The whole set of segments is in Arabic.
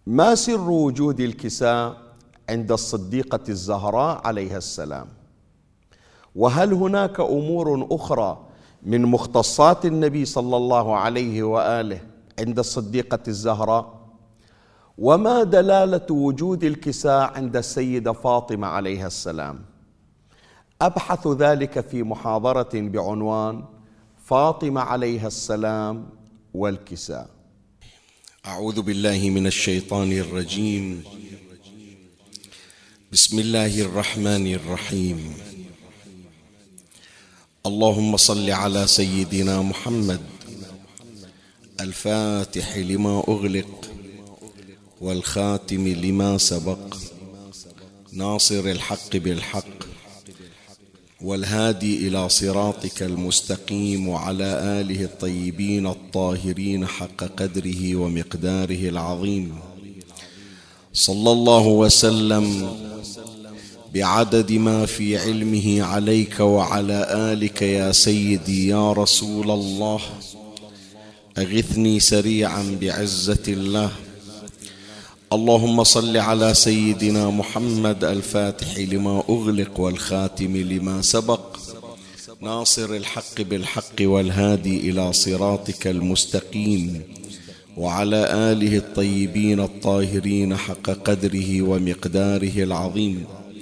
ما سر وجود الكساء عند الصديقة الزهراء عليها السلام؟ وهل هناك أمور أخرى من مختصات النبي صلى الله عليه وآله عند الصديقة الزهراء؟ وما دلالة وجود الكساء عند السيدة فاطمة عليها السلام؟ أبحث ذلك في محاضرة بعنوان فاطمة عليها السلام والكساء. أعوذ بالله من الشيطان الرجيم. بسم الله الرحمن الرحيم. اللهم صل على سيدنا محمد الفاتح لما أغلق والخاتم لما سبق ناصر الحق بالحق والهادي إلى صراطك المستقيم وعلى آله الطيبين الطاهرين حق قدره ومقداره العظيم. صلى الله وسلم بعدد ما في علمه عليك وعلى آلك يا سيدي يا رسول الله. أغثني سريعا بعزة الله. اللهم صل على سيدنا محمد الفاتح لما أغلق والخاتم لما سبق ناصر الحق بالحق والهادي إلى صراطك المستقيم وعلى آله الطيبين الطاهرين حق قدره ومقداره العظيم.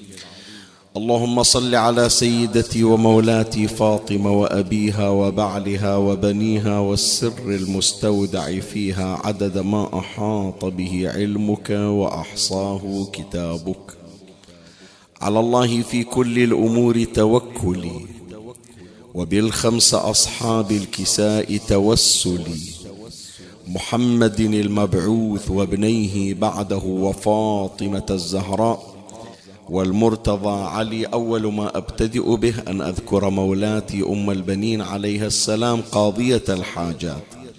اللهم صل على سيدتي ومولاتي فاطمة وأبيها وبعلها وبنيها والسر المستودع فيها عدد ما أحاط به علمك وأحصاه كتابك. على الله في كل الأمور توكلي وبالخمس أصحاب الكساء توسلي. محمد المبعوث وابنيه بعده وفاطمة الزهراء والمرتضى علي. أول ما أبتدئ به أن أذكر مولاتي أم البنين عليها السلام قاضية الحاجات،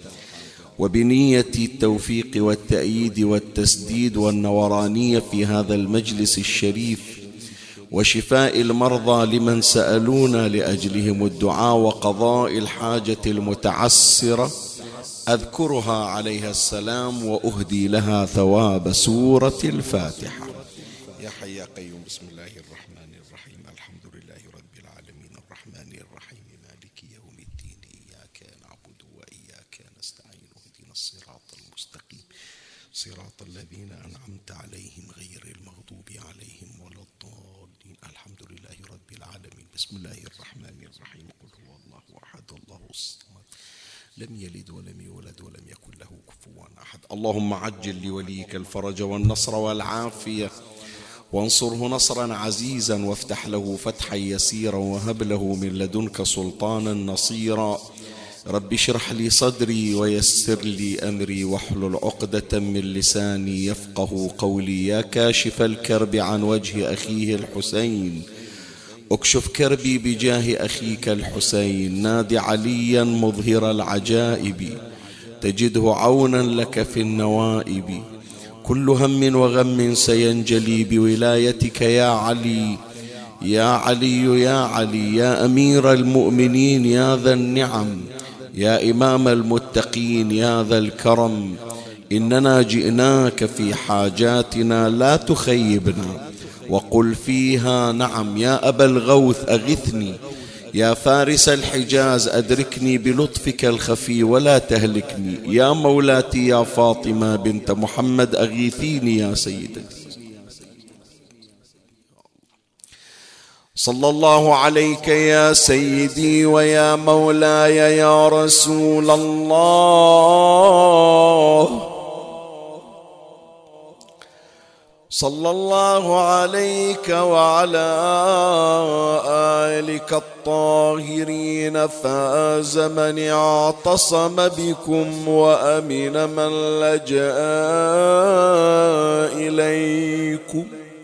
وبنية التوفيق والتأييد والتسديد والنورانية في هذا المجلس الشريف، وشفاء المرضى لمن سألونا لأجلهم الدعاء، وقضاء الحاجة المتعسرة أذكرها عليها السلام وأهدي لها ثواب سورة الفاتحة. يا حي يا قيوم. بسم الله الرحمن الرحيم. الحمد لله رب العالمين الرحمن الرحيم مالك يوم الدين إياك نعبد وإياك نستعين اهدنا الصراط المستقيم صراط الذين أنعمت عليهم غير المغضوب عليهم ولا الضالين. الحمد لله رب العالمين. بسم الله الرحمن الرحيم. قل هو الله أحد الله الصمد لم يلد ولم يولد ولم يكن له كفوا أحد. اللهم عجل لوليك الفرج والنصر والعافية وانصره نصرا عزيزا وافتح له فتحا يسيرا وهب له من لدنك سلطانا نصيرا. رب اشرح لي صدري ويسر لي أمري واحلل عقدة من لساني يفقه قولي. يا كاشف الكرب عن وجه أخيه الحسين اكشف كربي بجاه أخيك الحسين. نادي عليا مظهر العجائب تجده عونا لك في النوائب. كل هم وغم سينجلي بولايتك يا علي يا علي يا علي. يا أمير المؤمنين يا ذا النعم يا إمام المتقين يا ذا الكرم. إننا جئناك في حاجاتنا لا تخيبنا وقل فيها نعم. يا أبا الغوث أغثني. يا فارس الحجاز أدركني بلطفك الخفي ولا تهلكني. يا مولاتي يا فاطمة بنت محمد أغيثيني يا سيدتي. صلى الله عليك يا سيدي ويا مولاي يا رسول الله. صلى الله عليك وعلى آلك الطاهرين. فاز من اعتصم بكم وأمن من لجأ إليكم.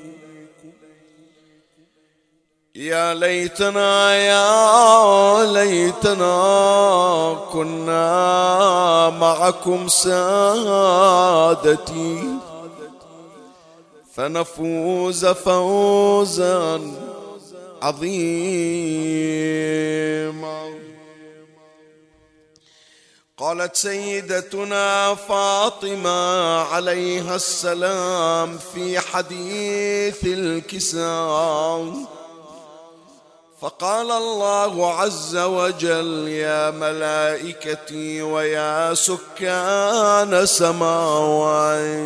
يا ليتنا يا ليتنا كنا معكم سادتي فنفوز فوزا عظيما. قالت سيدتنا فاطمة عليها السلام في حديث الكساء: فقال الله عز وجل: يا ملائكتي ويا سكان سماوات،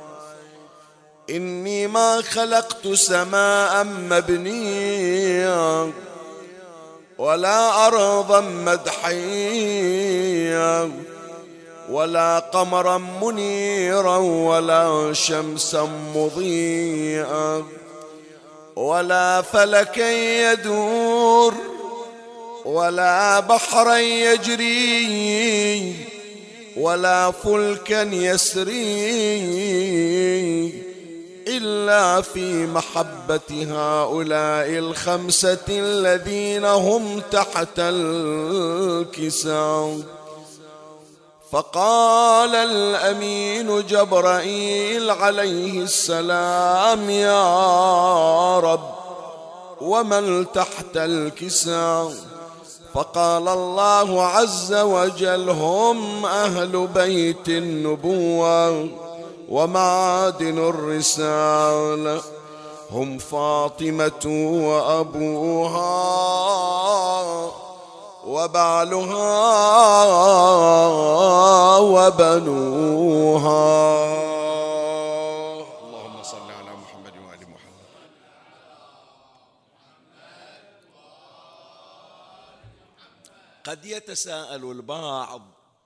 إني ما خلقت سماء مبنيا ولا أرضا مدحيا ولا قمرا منيرا ولا شمسا مضيئا ولا فلكا يدور ولا بحرا يجري ولا فلكا يسري إلا في محبة هؤلاء الخمسة الذين هم تحت الكساء. فقال الأمين جبرائيل عليه السلام: يا رب، ومن تحت الكساء؟ فقال الله عز وجل: هم أهل بيت النبوة ومعادن الرسالة، هم فاطمة وأبوها وبعلها وبنوها. اللهم صل على محمد وآل محمد. قد يتساءل البعض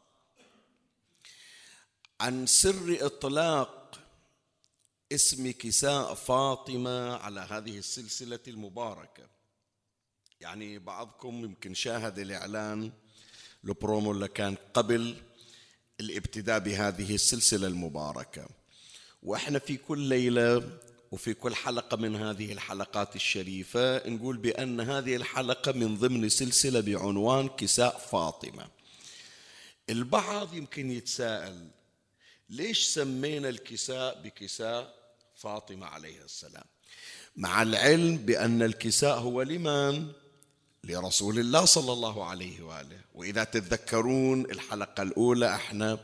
عن سر إطلاق اسم كساء فاطمة على هذه السلسلة المباركة. يعني بعضكم يمكن شاهد الإعلان البرومو اللي كان قبل الابتداء بهذه السلسلة المباركة، وإحنا في كل ليلة وفي كل حلقة من هذه الحلقات الشريفة نقول بأن هذه الحلقة من ضمن سلسلة بعنوان كساء فاطمة. البعض يمكن يتساءل: ليش سمينا الكساء بكساء فاطمة عليها السلام، مع العلم بأن الكساء هو لمن؟ لرسول الله صلى الله عليه وآله. وإذا تتذكرون الحلقة الأولى احنا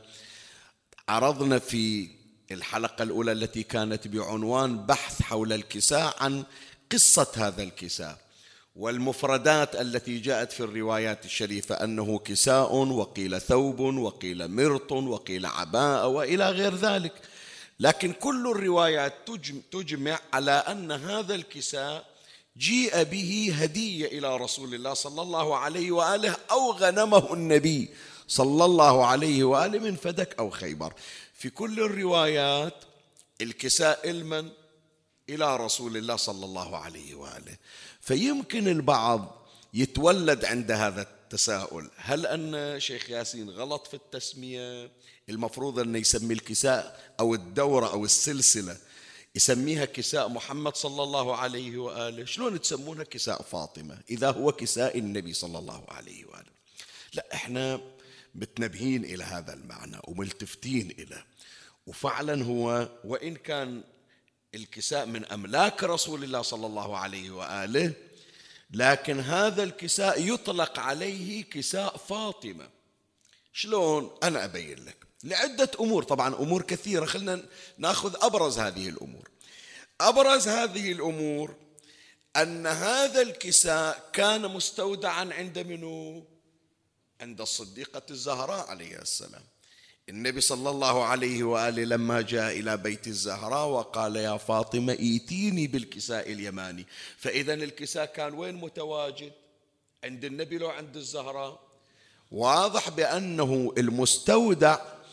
عرضنا في الحلقة الأولى التي كانت بعنوان بحث حول الكساء عن قصة هذا الكساء والمفردات التي جاءت في الروايات الشريفة، أنه كساء وقيل ثوب وقيل مرط وقيل عباءة وإلى غير ذلك. لكن كل الروايات تجمع على أن هذا الكساء جيء به هدية إلى رسول الله صلى الله عليه وآله، أو غنمه النبي صلى الله عليه وآله من فدك أو خيبر. في كل الروايات الكساء المن إلى رسول الله صلى الله عليه وآله. فيمكن البعض يتولد عند هذا التساؤل: هل أن شيخ ياسين غلط في التسمية؟ المفروض أن يسمي الكساء أو الدورة أو السلسلة يسميها كساء محمد صلى الله عليه وآله، شلون تسمونها كساء فاطمة إذا هو كساء النبي صلى الله عليه وآله؟ لا، احنا متنبهين إلى هذا المعنى وملتفتين إليه. وفعلا هو وإن كان الكساء من أملاك رسول الله صلى الله عليه وآله، لكن هذا الكساء يطلق عليه كساء فاطمة. شلون؟ أنا أبين لك لعدة أمور، طبعا أمور كثيرة، خلنا نأخذ أبرز هذه الأمور. أبرز هذه الأمور أن هذا الكساء كان مستودعا عند منو؟ عند الصديقة الزهراء عليه السلام. النبي صلى الله عليه وآله لما جاء إلى بيت الزهراء وقال: يا فاطمة ائتيني بالكساء اليماني، فإذا الكساء كان وين متواجد؟ عند النبي لو عند الزهراء؟ واضح بأنه المستودع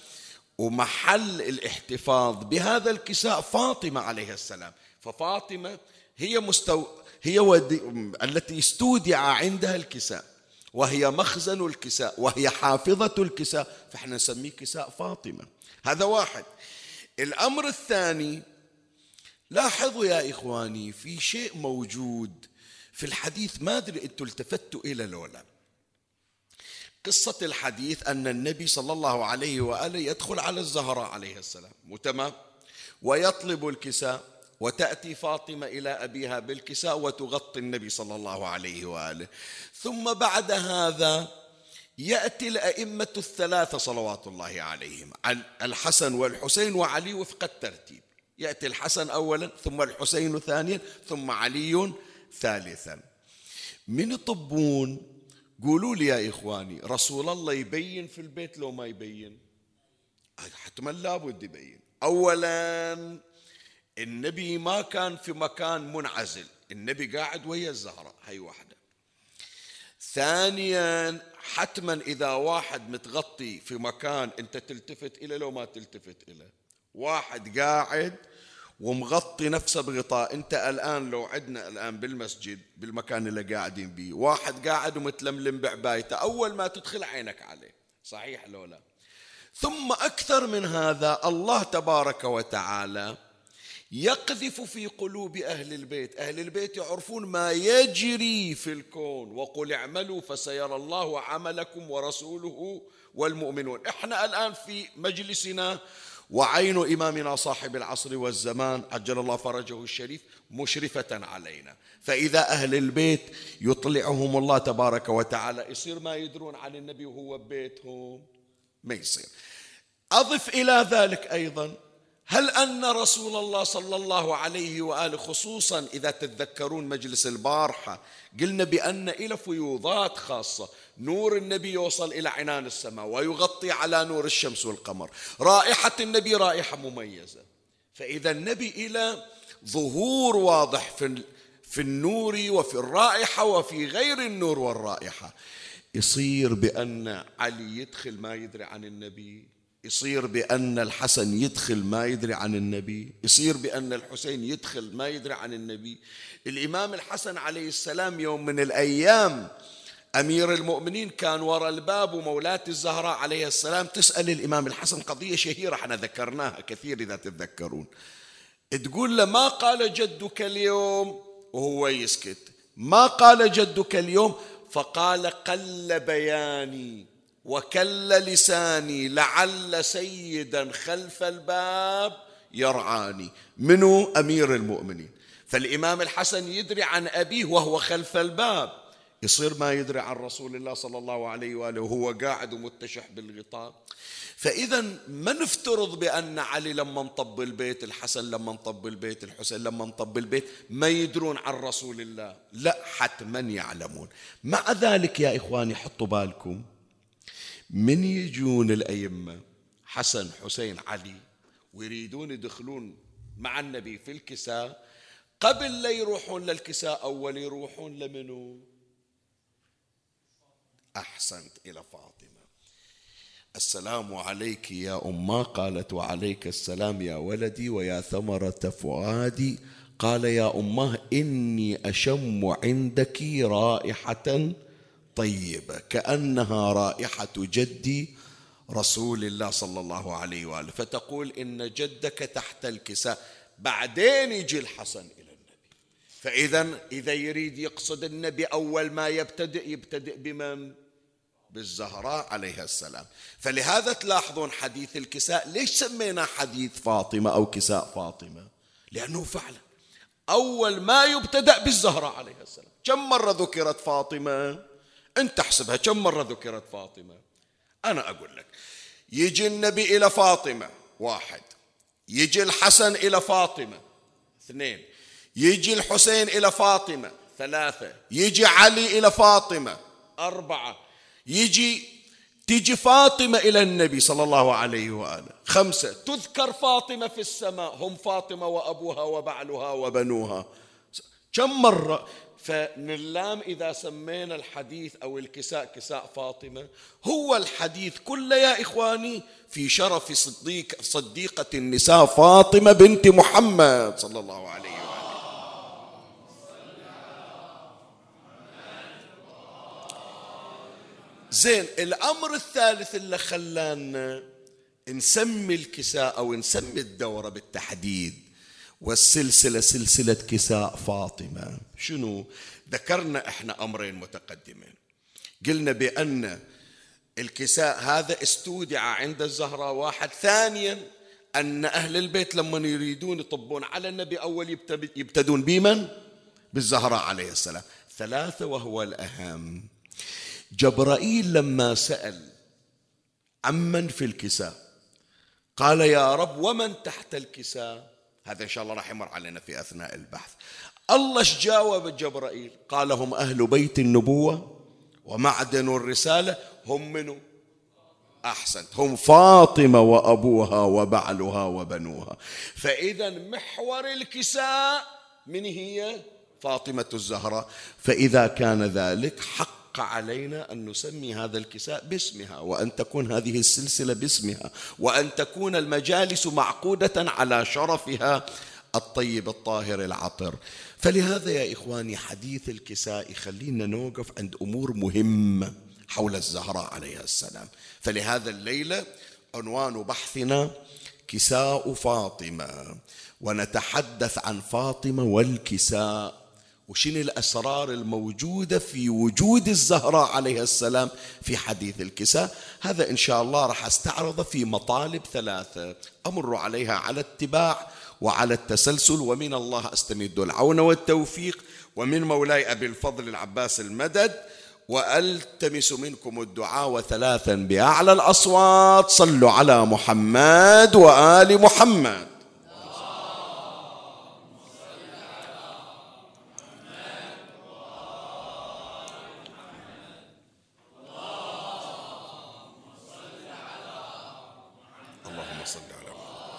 ومحل الاحتفاظ بهذا الكساء فاطمة عليه السلام. ففاطمة هي التي استودع عندها الكساء، وهي مخزن الكساء، وهي حافظة الكساء، فإحنا نسميه كساء فاطمة. هذا واحد. الأمر الثاني، لاحظوا يا إخواني في شيء موجود في الحديث، ما أدري أنتم التفتوا إلى لولا. قصة الحديث أن النبي صلى الله عليه وآله يدخل على الزهراء عليه السلام، تمام، ويطلب الكساء، وتأتي فاطمة إلى أبيها بالكساء وتغطي النبي صلى الله عليه وآله. ثم بعد هذا يأتي الأئمة الثلاثة صلوات الله عليهم عن الحسن والحسين وعلي وفق الترتيب، يأتي الحسن أولا ثم الحسين ثانيا ثم علي ثالثا. من يطبون؟ قولوا لي يا إخواني، رسول الله يبين في البيت لو ما يبين؟ حتما لابد يبين. أولا النبي ما كان في مكان منعزل، النبي قاعد ويا الزهرة، هي واحدة. ثانيا حتما إذا واحد متغطي في مكان أنت تلتفت إليه لو ما تلتفت إليه، واحد قاعد ومغطي نفسه بغطاء. أنت الآن لو عدنا الآن بالمسجد بالمكان اللي قاعدين بيه واحد قاعد ومتلملم بعبايته، أول ما تدخل عينك عليه، صحيح لو لا؟ ثم أكثر من هذا، الله تبارك وتعالى يقذف في قلوب أهل البيت، أهل البيت يعرفون ما يجري في الكون، وقل اعملوا فسيرى الله عملكم ورسوله والمؤمنون. احنا الآن في مجلسنا وعين إمامنا صاحب العصر والزمان عجل الله فرجه الشريف مشرفة علينا، فإذا أهل البيت يطلعهم الله تبارك وتعالى يصير ما يدرون عن النبي وهو ببيتهم، ما يصير. أضف إلى ذلك أيضا، هل أن رسول الله صلى الله عليه وآله، خصوصا إذا تتذكرون مجلس البارحة قلنا بأن إلى فيوضات خاصة، نور النبي يوصل إلى عنان السماء ويغطي على نور الشمس والقمر، رائحة النبي رائحة مميزة، فإذا النبي إلى ظهور واضح في النور وفي الرائحة وفي غير النور والرائحة. يصير بأن علي يدخل ما يدري عن النبي، يصير بأن الحسن يدخل ما يدري عن النبي، يصير بأن الحسين يدخل ما يدري عن النبي. الإمام الحسن عليه السلام يوم من الأيام أمير المؤمنين كان وراء الباب ومولاة الزهراء عليه السلام تسأل الإمام الحسن قضية شهيرة احنا ذكرناها كثير إذا تتذكرون، تقول له ما قال جدك اليوم؟ وهو يسكت، ما قال جدك اليوم؟ فقال قل بياني وكل لساني لعل سيدا خلف الباب يرعاني. منو؟ أمير المؤمنين. فالإمام الحسن يدري عن أبيه وهو خلف الباب، يصير ما يدري عن رسول الله صلى الله عليه وآله وهو قاعد ومتشح بالغطاء. فإذا ما نفترض بأن علي لما انطب البيت، الحسن لما انطب البيت، الحسين لما انطب البيت ما يدرون عن رسول الله، لا، حتما يعلمون. مع ذلك يا إخواني حطوا بالكم، من يجون الأئمة حسن حسين علي ويريدون يدخلون مع النبي في الكساء، قبل لا يروحون للكساء أول يروحون لمنو؟ أحسنت، إلى فاطمة. السلام عليك يا أمه، قالت وعليك السلام يا ولدي ويا ثمرة فؤادي. قال يا أمه إني أشم عندك رائحة طيبة كأنها رائحة جدي رسول الله صلى الله عليه وآله. فتقول إن جدك تحت الكساء، بعدين يجي الحسن إلى النبي. فإذا إذا يريد يقصد النبي أول ما يبتدئ بمن؟ بالزهراء عليها السلام. فلهذا تلاحظون حديث الكساء ليش سمينا حديث فاطمة أو كساء فاطمة؟ لأنه فعلا أول ما يبتدأ بالزهراء عليها السلام. كم مرة ذكرت فاطمة؟ أنت احسبها كم مرة ذكرت فاطمة. أنا أقول لك، يجي النبي إلى فاطمة 1، يجي الحسن إلى فاطمة 2، يجي الحسين إلى فاطمة 3، يجي علي إلى فاطمة 4، تيجي فاطمة إلى النبي صلى الله عليه وآله 5، تذكر فاطمة في السماء، هم فاطمة وأبوها وبعلها وبنوها. كم مرة؟ فنلام إذا سمينا الحديث أو الكساء كساء فاطمة، هو الحديث كله يا إخواني في شرف صديقة النساء فاطمة بنت محمد صلى الله عليه وآله. زين، الأمر الثالث اللي خلانا نسمي الكساء أو نسمي الدورة بالتحديد والسلسلة سلسلة كساء فاطمة، شنو؟ ذكرنا احنا أمرين متقدمين، قلنا بأن الكساء هذا استودع عند الزهراء 1، ثانيا أن أهل البيت لما يريدون يطبون على النبي أول يبتدون بمن؟ بالزهراء عليه السلام. 3 وهو الأهم، جبرائيل لما سأل عمن في الكساء قال يا رب ومن تحت الكساء؟ هذا إن شاء الله راح يمر علينا في أثناء البحث. الله ايش جاوب جبرائيل؟ قال هم أهل بيت النبوة ومعدن الرسالة. هم منو؟ أحسنت، هم فاطمة وأبوها وبعلها وبنوها. فإذا محور الكساء من هي؟ فاطمة الزهراء. فإذا كان ذلك حق علينا أن نسمي هذا الكساء باسمها، وأن تكون هذه السلسلة باسمها، وأن تكون المجالس معقودة على شرفها الطيب الطاهر العطر. فلهذا يا إخواني حديث الكساء خلينا نوقف عند أمور مهمة حول الزهراء عليها السلام. فلهذا الليلة عنوان بحثنا كساء فاطمة، ونتحدث عن فاطمة والكساء، وشن الأسرار الموجودة في وجود الزهراء عليها السلام في حديث الكساء. هذا إن شاء الله راح استعرض في مطالب 3 أمر عليها على اتباع وعلى التسلسل، ومن الله أستمد العون والتوفيق، ومن مولاي أبي الفضل العباس المدد، وألتمس منكم الدعاء. 3 بأعلى الأصوات صلوا على محمد وآل محمد. اللهم صل على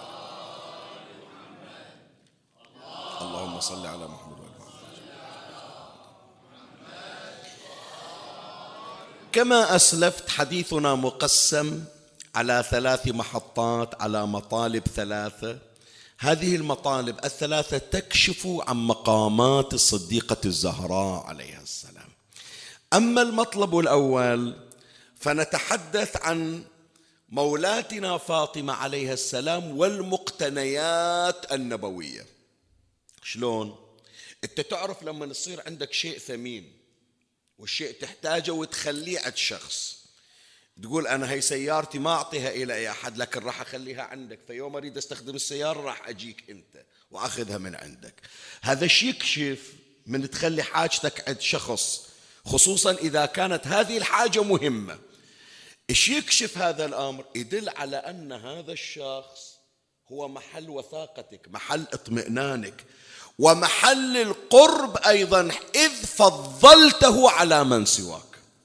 محمد. اللهم صل على محمد. كما أسلفت حديثنا مقسم على 3 محطات، على مطالب 3. هذه المطالب 3 تكشف عن مقامات الصديقة الزهراء عليها السلام. أما المطلب الأول فنتحدث عن مولاتنا فاطمة عليها السلام والمقتنيات النبوية. شلون؟ أنت تعرف لما يصير عندك شيء ثمين والشيء تحتاجه وتخليه عند شخص، تقول أنا هي سيارتي ما أعطيها إلى أي أحد لكن راح أخليها عندك، فيوم أريد أستخدم السيارة راح أجيك أنت وأخذها من عندك. هذا الشيء يكشف من تخلي حاجتك عند شخص، خصوصا إذا كانت هذه الحاجة مهمة. إيش يكشف هذا الأمر؟ يدل على أن هذا الشخص هو محل وثاقتك، محل اطمئنانك، ومحل القرب أيضا، إذ فضلته على من سواك.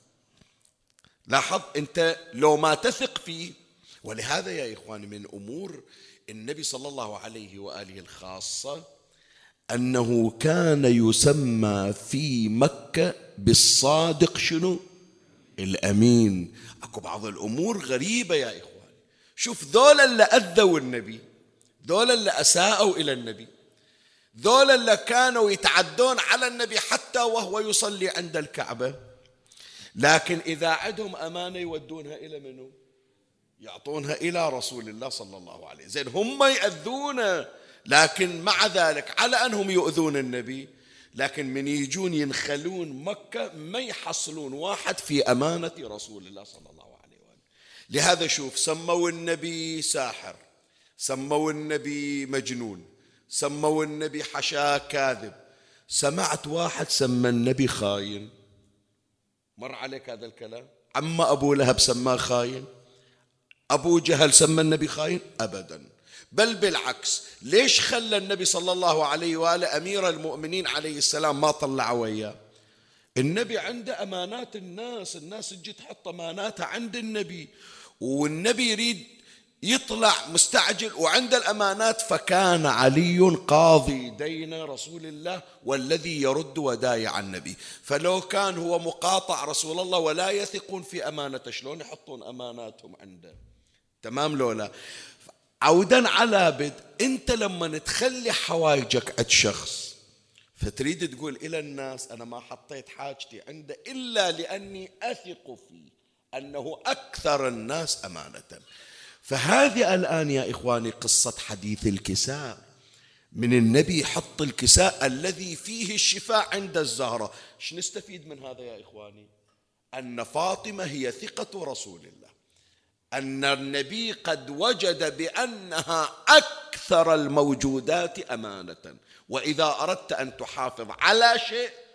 لاحظ أنت لو ما تثق فيه. ولهذا يا إخواني من أمور النبي صلى الله عليه وآله الخاصة أنه كان يسمى في مكة بالصادق شنو؟ الأمين. أكو بعض الأمور غريبة يا إخواني. شوف ذول اللي أذوا النبي، ذول اللي أساءوا إلى النبي، ذول اللي كانوا يتعدون على النبي حتى وهو يصلي عند الكعبة، لكن إذا عندهم أمانة يودونها إلى منو؟ يعطونها إلى رسول الله صلى الله عليه وسلم. زين هم يأذون، لكن مع ذلك على أنهم يؤذون النبي، لكن من يجون ينخلون مكة ما يحصلون واحد في أمانة رسول الله صلى الله عليه وسلم. لهذا شوف سموا النبي ساحر، سموا النبي مجنون، سموا النبي حشا كاذب. سمعت واحد سمى النبي خاين؟ مر عليك هذا الكلام؟ عم أبو لهب سماه خاين؟ أبو جهل سمى النبي خاين؟ أبدا، بل بالعكس. ليش خلى النبي صلى الله عليه وآله أمير المؤمنين عليه السلام ما طلع وياه؟ النبي عنده أمانات الناس تجي تحط أماناتها عند النبي، والنبي يريد يطلع مستعجل وعند الأمانات. فكان علي قاضي دين رسول الله والذي يرد ودايع النبي. فلو كان هو مقاطع رسول الله ولا يثقون في أمانته، شلون يحطون أماناتهم عنده؟ تمام لولا. عودا على بدء، أنت لما تخلي حوايجك عند شخص فتريد تقول إلى الناس أنا ما حطيت حاجتي عنده إلا لأني أثق فيه أنه أكثر الناس أمانة. فهذه الآن يا إخواني قصة حديث الكساء، من النبي يحط الكساء الذي فيه الشفاء عند الزهرة. ايش نستفيد من هذا يا إخواني؟ أن فاطمة هي ثقة رسول الله، أن النبي قد وجد بأنها أكثر الموجودات أمانة، وإذا أردت أن تحافظ على شيء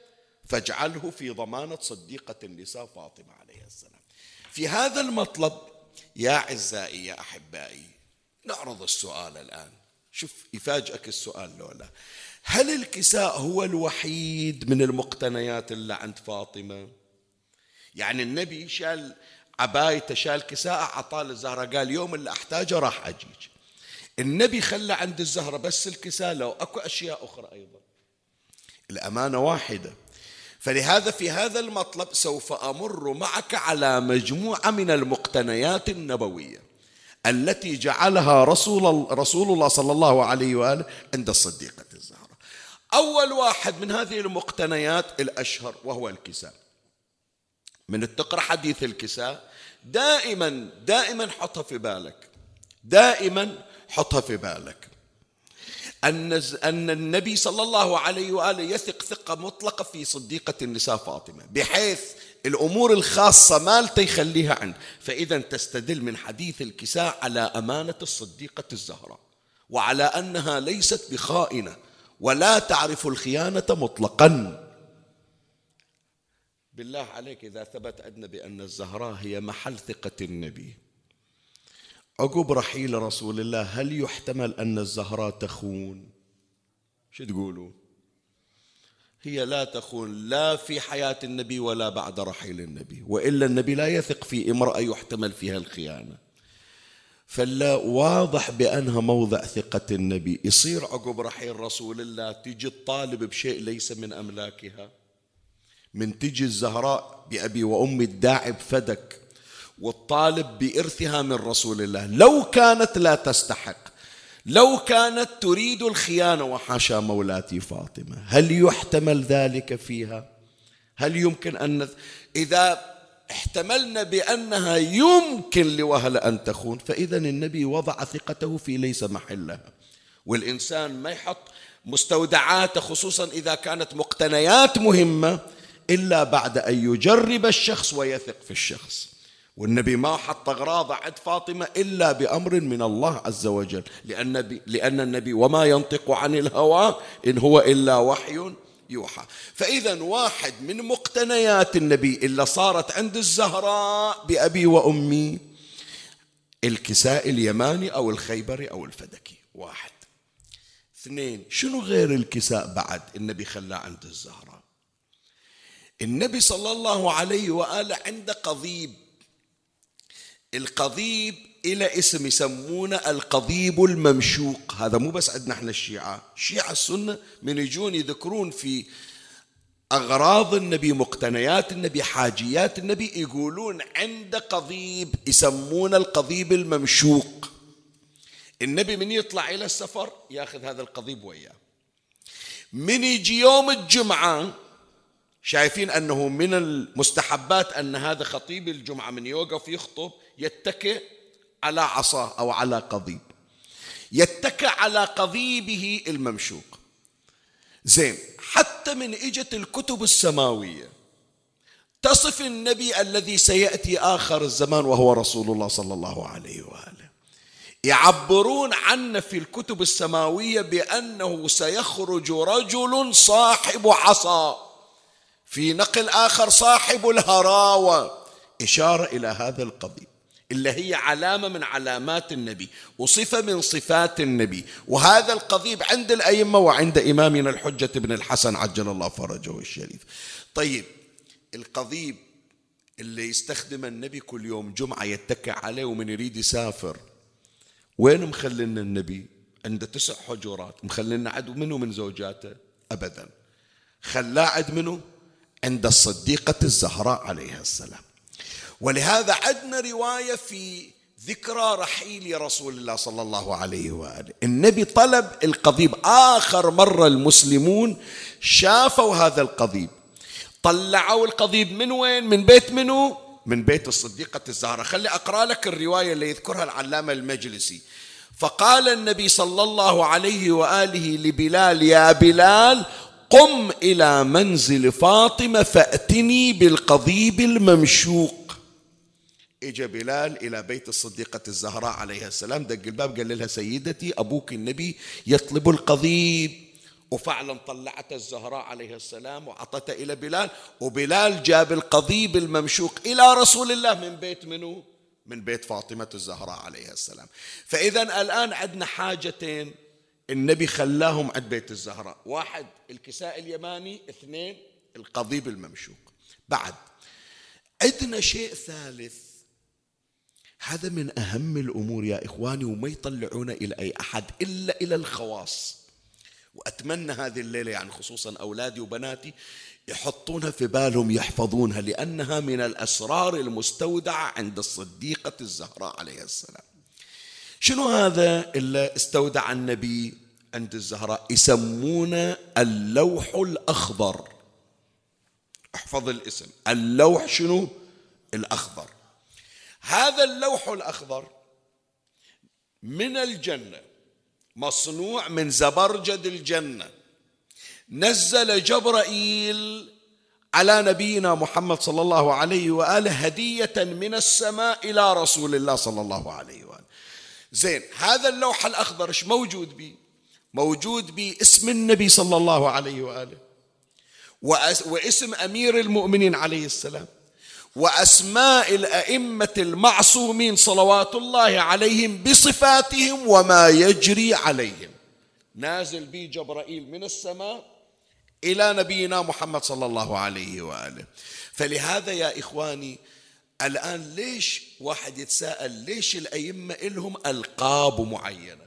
فاجعله في ضمانة صديقة النساء فاطمة عليه السلام. في هذا المطلب يا أعزائي يا أحبائي نعرض السؤال الآن. شوف يفاجئك السؤال لولا، هل الكساء هو الوحيد من المقتنيات اللي عند فاطمة؟ يعني النبي شال عبايته، شال كساء، عطاه للزهرة، قال يوم اللي أحتاجه راح أجيك. النبي خلى عند الزهرة بس الكساء لو أكو أشياء أخرى أيضا؟ الأمانة واحدة. فلهذا في هذا المطلب سوف أمر معك على مجموعة من المقتنيات النبوية التي جعلها رسول الله صلى الله عليه وآله عند الصديقة الزهراء. أول واحد من هذه المقتنيات الأشهر وهو الكساء. من تقرأ حديث الكساء دائما حطها في بالك، دائما حطها في بالك أن النبي صلى الله عليه وآله يثق ثقة مطلقة في صديقة النساء فاطمة، بحيث الأمور الخاصة مالته يخليها عنده. فإذا تستدل من حديث الكساء على أمانة الصديقة الزهراء، وعلى أنها ليست بخائنة ولا تعرف الخيانة مطلقا. بالله عليك إذا ثبت عندنا بأن الزهراء هي محل ثقة النبي عقب رحيل رسول الله، هل يحتمل أن الزهراء تخون؟ شو تقولون؟ هي لا تخون لا في حياة النبي ولا بعد رحيل النبي، وإلا النبي لا يثق في امرأة يحتمل فيها الخيانة. فلا واضح بأنها موضع ثقة النبي. يصير عقب رحيل رسول الله تجي الطالب بشيء ليس من أملاكها، من تجي الزهراء بأبي وأمي الداعي بفدك والطالب بإرثها من رسول الله، لو كانت لا تستحق، لو كانت تريد الخيانة وحاشا مولاتي فاطمة، هل يحتمل ذلك فيها؟ هل يمكن أن إذا احتملنا بأنها يمكن لوهلة أن تخون، فإذا النبي وضع ثقته في ليس محلها. والإنسان ما يحط مستودعاته خصوصا إذا كانت مقتنيات مهمة إلا بعد أن يجرب الشخص ويثق في الشخص. والنبي ما حط أغراضه عند فاطمة إلا بأمر من الله عز وجل، لأن النبي وما ينطق عن الهوى إن هو إلا وحي يوحى. فإذا واحد من مقتنيات النبي إلا صارت عند الزهراء بأبي وأمي الكساء اليماني أو الخيبري أو الفدكي، واحد. اثنين، شنو غير الكساء بعد النبي خلاه عند الزهراء؟ النبي صلى الله عليه وآله عنده قضيب. القضيب إلى اسم يسمونه القضيب الممشوق. هذا مو بس عندنا احنا الشيعة السنة من يجون يذكرون في أغراض النبي، مقتنيات النبي، حاجيات النبي، يقولون عند قضيب يسمونه القضيب الممشوق. النبي من يطلع إلى السفر ياخذ هذا القضيب وياه. من يجي يوم الجمعة، شايفين أنه من المستحبات أن هذا خطيب الجمعة من يوقف يخطب يتكئ على عصا أو على قضيب، يتكئ على قضيبه الممشوق. زين، حتى من إجت الكتب السماوية تصف النبي الذي سيأتي آخر الزمان وهو رسول الله صلى الله عليه وآله، يعبرون عنه في الكتب السماوية بأنه سيخرج رجل صاحب عصا، في نقل آخر صاحب الهراوة، إشارة إلى هذا القضيب اللي هي علامة من علامات النبي وصفة من صفات النبي. وهذا القضيب عند الأئمة وعند إمامنا الحجة بن الحسن عجل الله فرجه الشريف. طيب، القضيب اللي يستخدم النبي كل يوم جمعة يتكئ عليه ومن يريد يسافر، وين مخلنا النبي؟ عنده 9 حجرات، مخلنا عد منه من زوجاته؟ أبدا، خلاه عد منه عند الصديقة الزهراء عليها السلام. ولهذا عندنا رواية في ذكرى رحيل رسول الله صلى الله عليه وآله، النبي طلب القضيب. آخر مرة المسلمون شافوا هذا القضيب طلعوا القضيب من وين؟ من بيت منه؟ من بيت الصديقة الزهراء. خلي أقرأ لك الرواية اللي يذكرها العلامة المجلسي. فقال النبي صلى الله عليه وآله لبلال: يا بلال، قم إلى منزل فاطمة فأتني بالقضيب الممشوق. إجا بلال إلى بيت الصديقة الزهراء عليها السلام، دق الباب قال لها: سيدتي، أبوك النبي يطلب القضيب. وفعلا طلعت الزهراء عليه السلام وعطته إلى بلال، وبلال جاب القضيب الممشوق إلى رسول الله من بيت منه؟ من بيت فاطمة الزهراء عليها السلام. فإذا الآن عندنا حاجتين النبي خلاهم عند بيت الزهراء: واحد الكساء اليماني، اثنين القضيب الممشوق. بعد عندنا شيء ثالث، هذا من أهم الأمور يا إخواني، وما يطلعون إلى أي أحد إلا إلى الخواص. وأتمنى هذه الليلة يعني خصوصا أولادي وبناتي يحطونها في بالهم، يحفظونها، لأنها من الأسرار المستودعة عند الصديقة الزهراء عليه السلام. شنو هذا اللي استودع النبي عند الزهراء؟ يسمونه اللوح الأخضر. احفظ الاسم، اللوح شنو؟ الأخضر. هذا اللوح الأخضر من الجنة، مصنوع من زبرجد الجنة. نزل جبرائيل على نبينا محمد صلى الله عليه وآله هدية من السماء إلى رسول الله صلى الله عليه وآله. زين، هذا اللوح الأخضر ايش موجود به؟ موجود به اسم النبي صلى الله عليه وآله، واسم أمير المؤمنين عليه السلام، وأسماء الأئمة المعصومين صلوات الله عليهم بصفاتهم وما يجري عليهم. نازل به جبرائيل من السماء إلى نبينا محمد صلى الله عليه وآله. فلهذا يا إخواني الآن ليش واحد يتساءل ليش الأئمة إلهم ألقاب معينة؟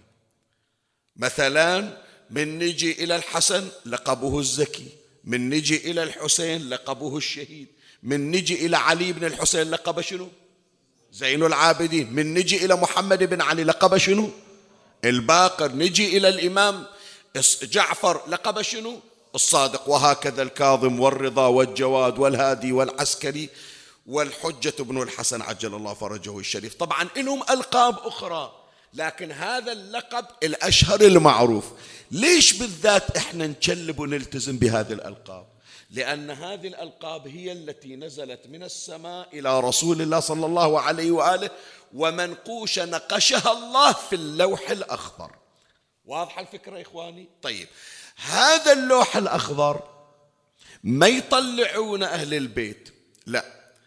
مثلا من نجي إلى الحسن لقبه الزكي، من نجي إلى الحسين لقبه الشهيد، من نجي إلى علي بن الحسين لقب شنو؟ زين العابدين، من نجي إلى محمد بن علي لقب شنو؟ الباقر، نجي إلى الإمام جعفر لقب شنو؟ الصادق، وهكذا الكاظم والرضا والجواد والهادي والعسكري والحجة بن الحسن عجل الله فرجه الشريف. طبعا إنهم ألقاب أخرى، لكن هذا اللقب الأشهر المعروف. ليش بالذات إحنا نشلب ونلتزم بهذه الألقاب؟ لأن هذه الألقاب هي التي نزلت من السماء إلى رسول الله صلى الله عليه وآله، ومنقوشة نقشها الله في اللوح الأخضر. واضحة الفكرة يا إخواني؟ طيب، هذا اللوح الأخضر ما يطلعون أهل البيت، لا،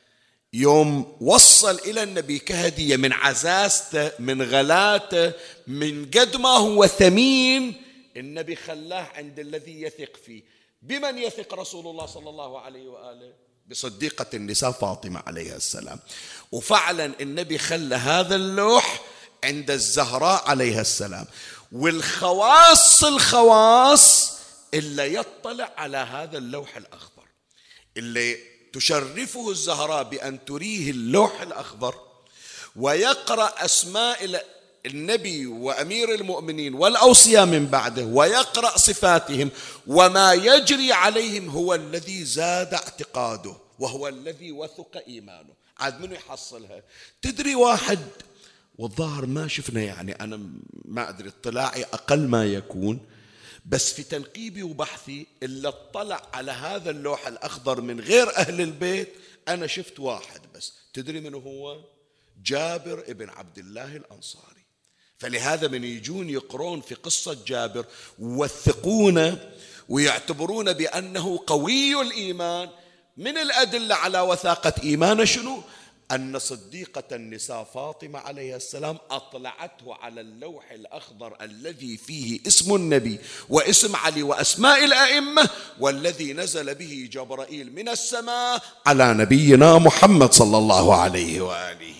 يوم وصل إلى النبي كهدية من عزازته، من غلاته، من قد ما هو ثمين، النبي خلاه عند الذي يثق فيه. بمن يثق رسول الله صلى الله عليه وآله؟ بصديقة النساء فاطمة عليها السلام. وفعلا النبي خلى هذا اللوح عند الزهراء عليها السلام. والخواص اللي يطلع على هذا اللوح الأخضر، اللي تشرفه الزهراء بأن تريه اللوح الأخضر ويقرأ أسماء النبي وأمير المؤمنين والأوصياء من بعده، ويقرأ صفاتهم وما يجري عليهم، هو الذي زاد اعتقاده وهو الذي وثق إيمانه. عاد منو يحصلها؟ تدري واحد، والظاهر ما شفنا، يعني أنا ما أدري، اطلاعي أقل ما يكون، بس في تنقيبي وبحثي اللي اطلع على هذا اللوح الأخضر من غير أهل البيت أنا شفت واحد بس. تدري من هو؟ جابر ابن عبد الله الأنصاري. فلهذا من يجون يقرون في قصة جابر ويوثقونه ويعتبرون بأنه قوي الإيمان، من الأدلة على وثاقة إيمانه شنو؟ أن صديقة النساء فاطمة عليه السلام أطلعته على اللوح الأخضر الذي فيه اسم النبي واسم علي وأسماء الأئمة، والذي نزل به جبرائيل من السماء على نبينا محمد صلى الله عليه وآله.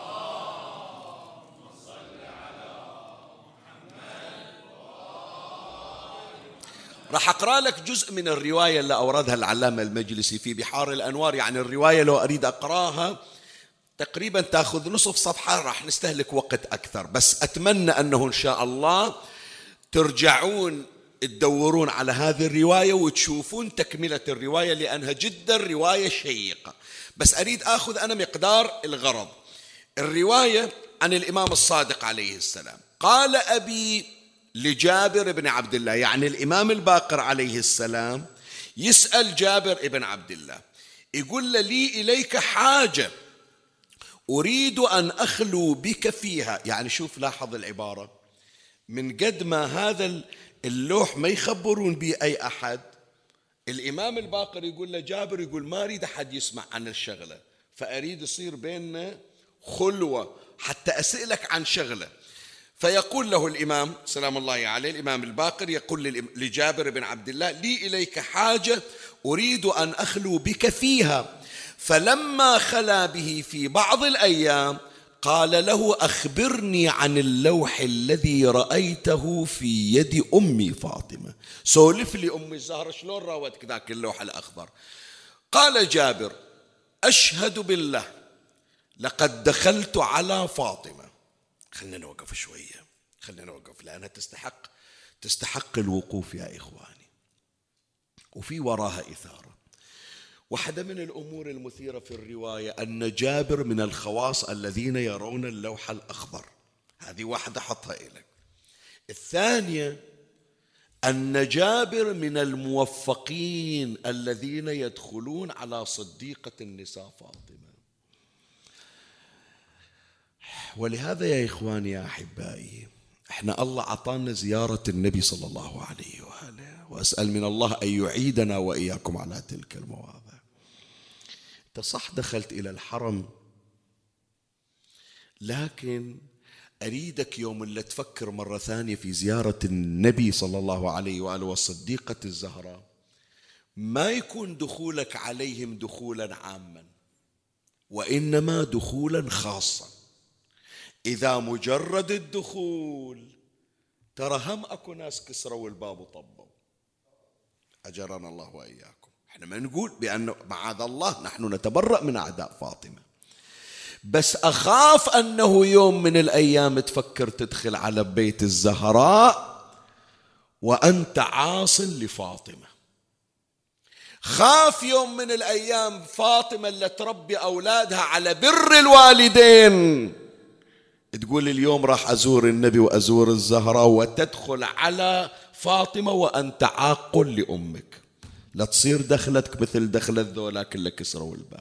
راح أقرأ لك جزء من الرواية اللي أوردها العلامة المجلسي في بحار الأنوار. يعني الرواية لو أريد أقرأها تقريبا تأخذ نصف صفحة، راح نستهلك وقت أكثر، بس أتمنى أنه إن شاء الله ترجعون تدورون على هذه الرواية وتشوفون تكملة الرواية، لأنها جدا رواية شيقة. بس أريد أخذ أنا مقدار الغرض. الرواية عن الإمام الصادق عليه السلام. قال أبي لجابر بن عبد الله، يعني الإمام الباقر عليه السلام يسأل جابر بن عبد الله، يقول لي إليك حاجة أريد أن أخلو بك فيها. يعني شوف، لاحظ العبارة، من قد ما هذا اللوح ما يخبرون به أي أحد. الإمام الباقر يقول لجابر، يقول ما أريد أحد يسمع عن الشغلة، فأريد يصير بيننا خلوة حتى أسألك عن شغلة. فيقول له الإمام سلام الله عليه، الإمام الباقر يقول لجابر بن عبد الله: لي إليك حاجة أريد أن أخلو بك فيها. فلما خلا به في بعض الأيام قال له: أخبرني عن اللوح الذي رأيته في يد أمي فاطمة، سولف لي أمي الزهرة شلون راودك ذاك اللوح الأخضر. قال جابر: أشهد بالله لقد دخلت على فاطمة. خلنا نوقف شوية، خلنا نوقف، لأنها تستحق الوقوف يا إخواني، وفي وراها إثارة. واحدة من الأمور المثيرة في الرواية أن جابر من الخواص الذين يرون اللوح الأخضر، هذه واحدة حطها إليك. الثانية أن جابر من الموفقين الذين يدخلون على صديقة النساء فاطمة. ولهذا يا إخواني يا أحبائي، احنا الله عطانا زيارة النبي صلى الله عليه وآله، وأسأل من الله أن يعيدنا وإياكم على تلك المواضع. أنت صح دخلت إلى الحرم، لكن أريدك يوم اللي تفكر مرة ثانية في زيارة النبي صلى الله عليه وآله والصديقة الزهراء، ما يكون دخولك عليهم دخولا عاما، وإنما دخولا خاصا. إذا مجرد الدخول، ترى هم أكو ناس كسروا الباب وطبوا، أجرنا الله وإياكم. احنا ما نقول بأنه معاذ الله نحن نتبرأ من أعداء فاطمة، بس أخاف أنه يوم من الأيام تفكر تدخل على بيت الزهراء وأنت عاص لفاطمة. خاف يوم من الأيام فاطمة اللي تربي أولادها على بر الوالدين تقول اليوم راح أزور النبي وأزور الزهراء، وتدخل على فاطمة وأنت عاق لأمك، لا تصير دخلتك مثل دخلت ذولاك اللي كسروا الباب.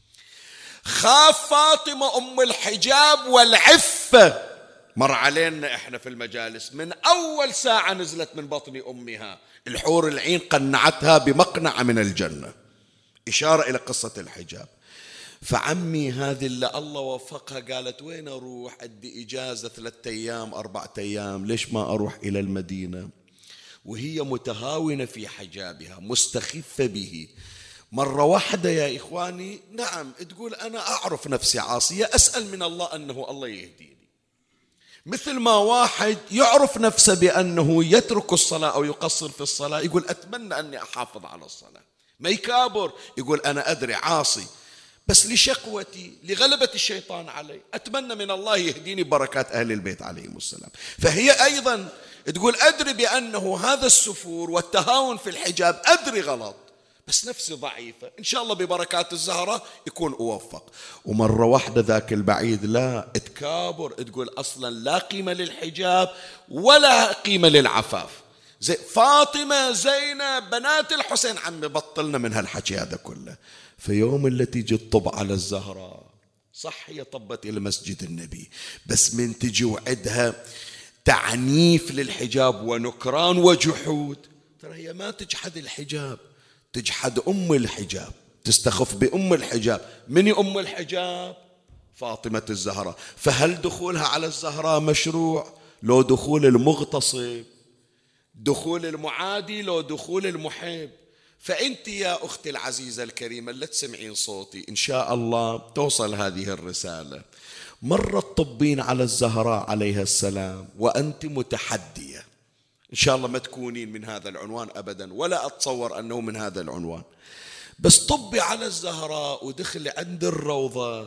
خاف فاطمة أم الحجاب والعفة، مر علينا إحنا في المجالس من أول ساعة نزلت من بطن أمها الحور العين قنعتها بمقنعة من الجنة، إشارة إلى قصة الحجاب. فعمي هذه اللي الله وفقها قالت وين أروح، أدي إجازة 3 أيام 4 أيام، ليش ما أروح إلى المدينة؟ وهي متهاونة في حجابها مستخفة به. مرة واحدة يا إخواني نعم تقول أنا أعرف نفسي عاصية، أسأل من الله أنه الله يهديني، مثل ما واحد يعرف نفسه بأنه يترك الصلاة أو يقصر في الصلاة يقول أتمنى أني أحافظ على الصلاة، ما يكابر يقول أنا أدري عاصي بس لشقوتي لغلبة الشيطان علي أتمنى من الله يهديني بركات أهل البيت عليهم السلام. فهي أيضا تقول أدري بأنه هذا السفور والتهاون في الحجاب أدري غلط، بس نفسي ضعيفة، إن شاء الله ببركات الزهراء يكون أوفق. ومرة واحدة ذاك البعيد لا تكابر تقول أصلا لا قيمة للحجاب ولا قيمة للعفاف، زي فاطمة زينب بنات الحسين، عم بطلنا من هالحكي هذا كله. في يوم اللي تيجي تطب على الزهراء، صح هي طبت إلى مسجد النبي، بس من تجي وعدها تعنيف للحجاب ونكران وجحود، ترى هي ما تجحد الحجاب، تجحد أم الحجاب، تستخف بأم الحجاب. من أم الحجاب؟ فاطمة الزهراء. فهل دخولها على الزهراء مشروع؟ لو دخول المغتصب، دخول المعادي، لو دخول المحب. فأنت يا أختي العزيزة الكريمة اللي تسمعين صوتي إن شاء الله توصل هذه الرسالة، مرة تطبين على الزهراء عليها السلام وأنت متحدية، إن شاء الله ما تكونين من هذا العنوان أبدا ولا أتصور أنه من هذا العنوان، بس طبي على الزهراء ودخلي عند الروضة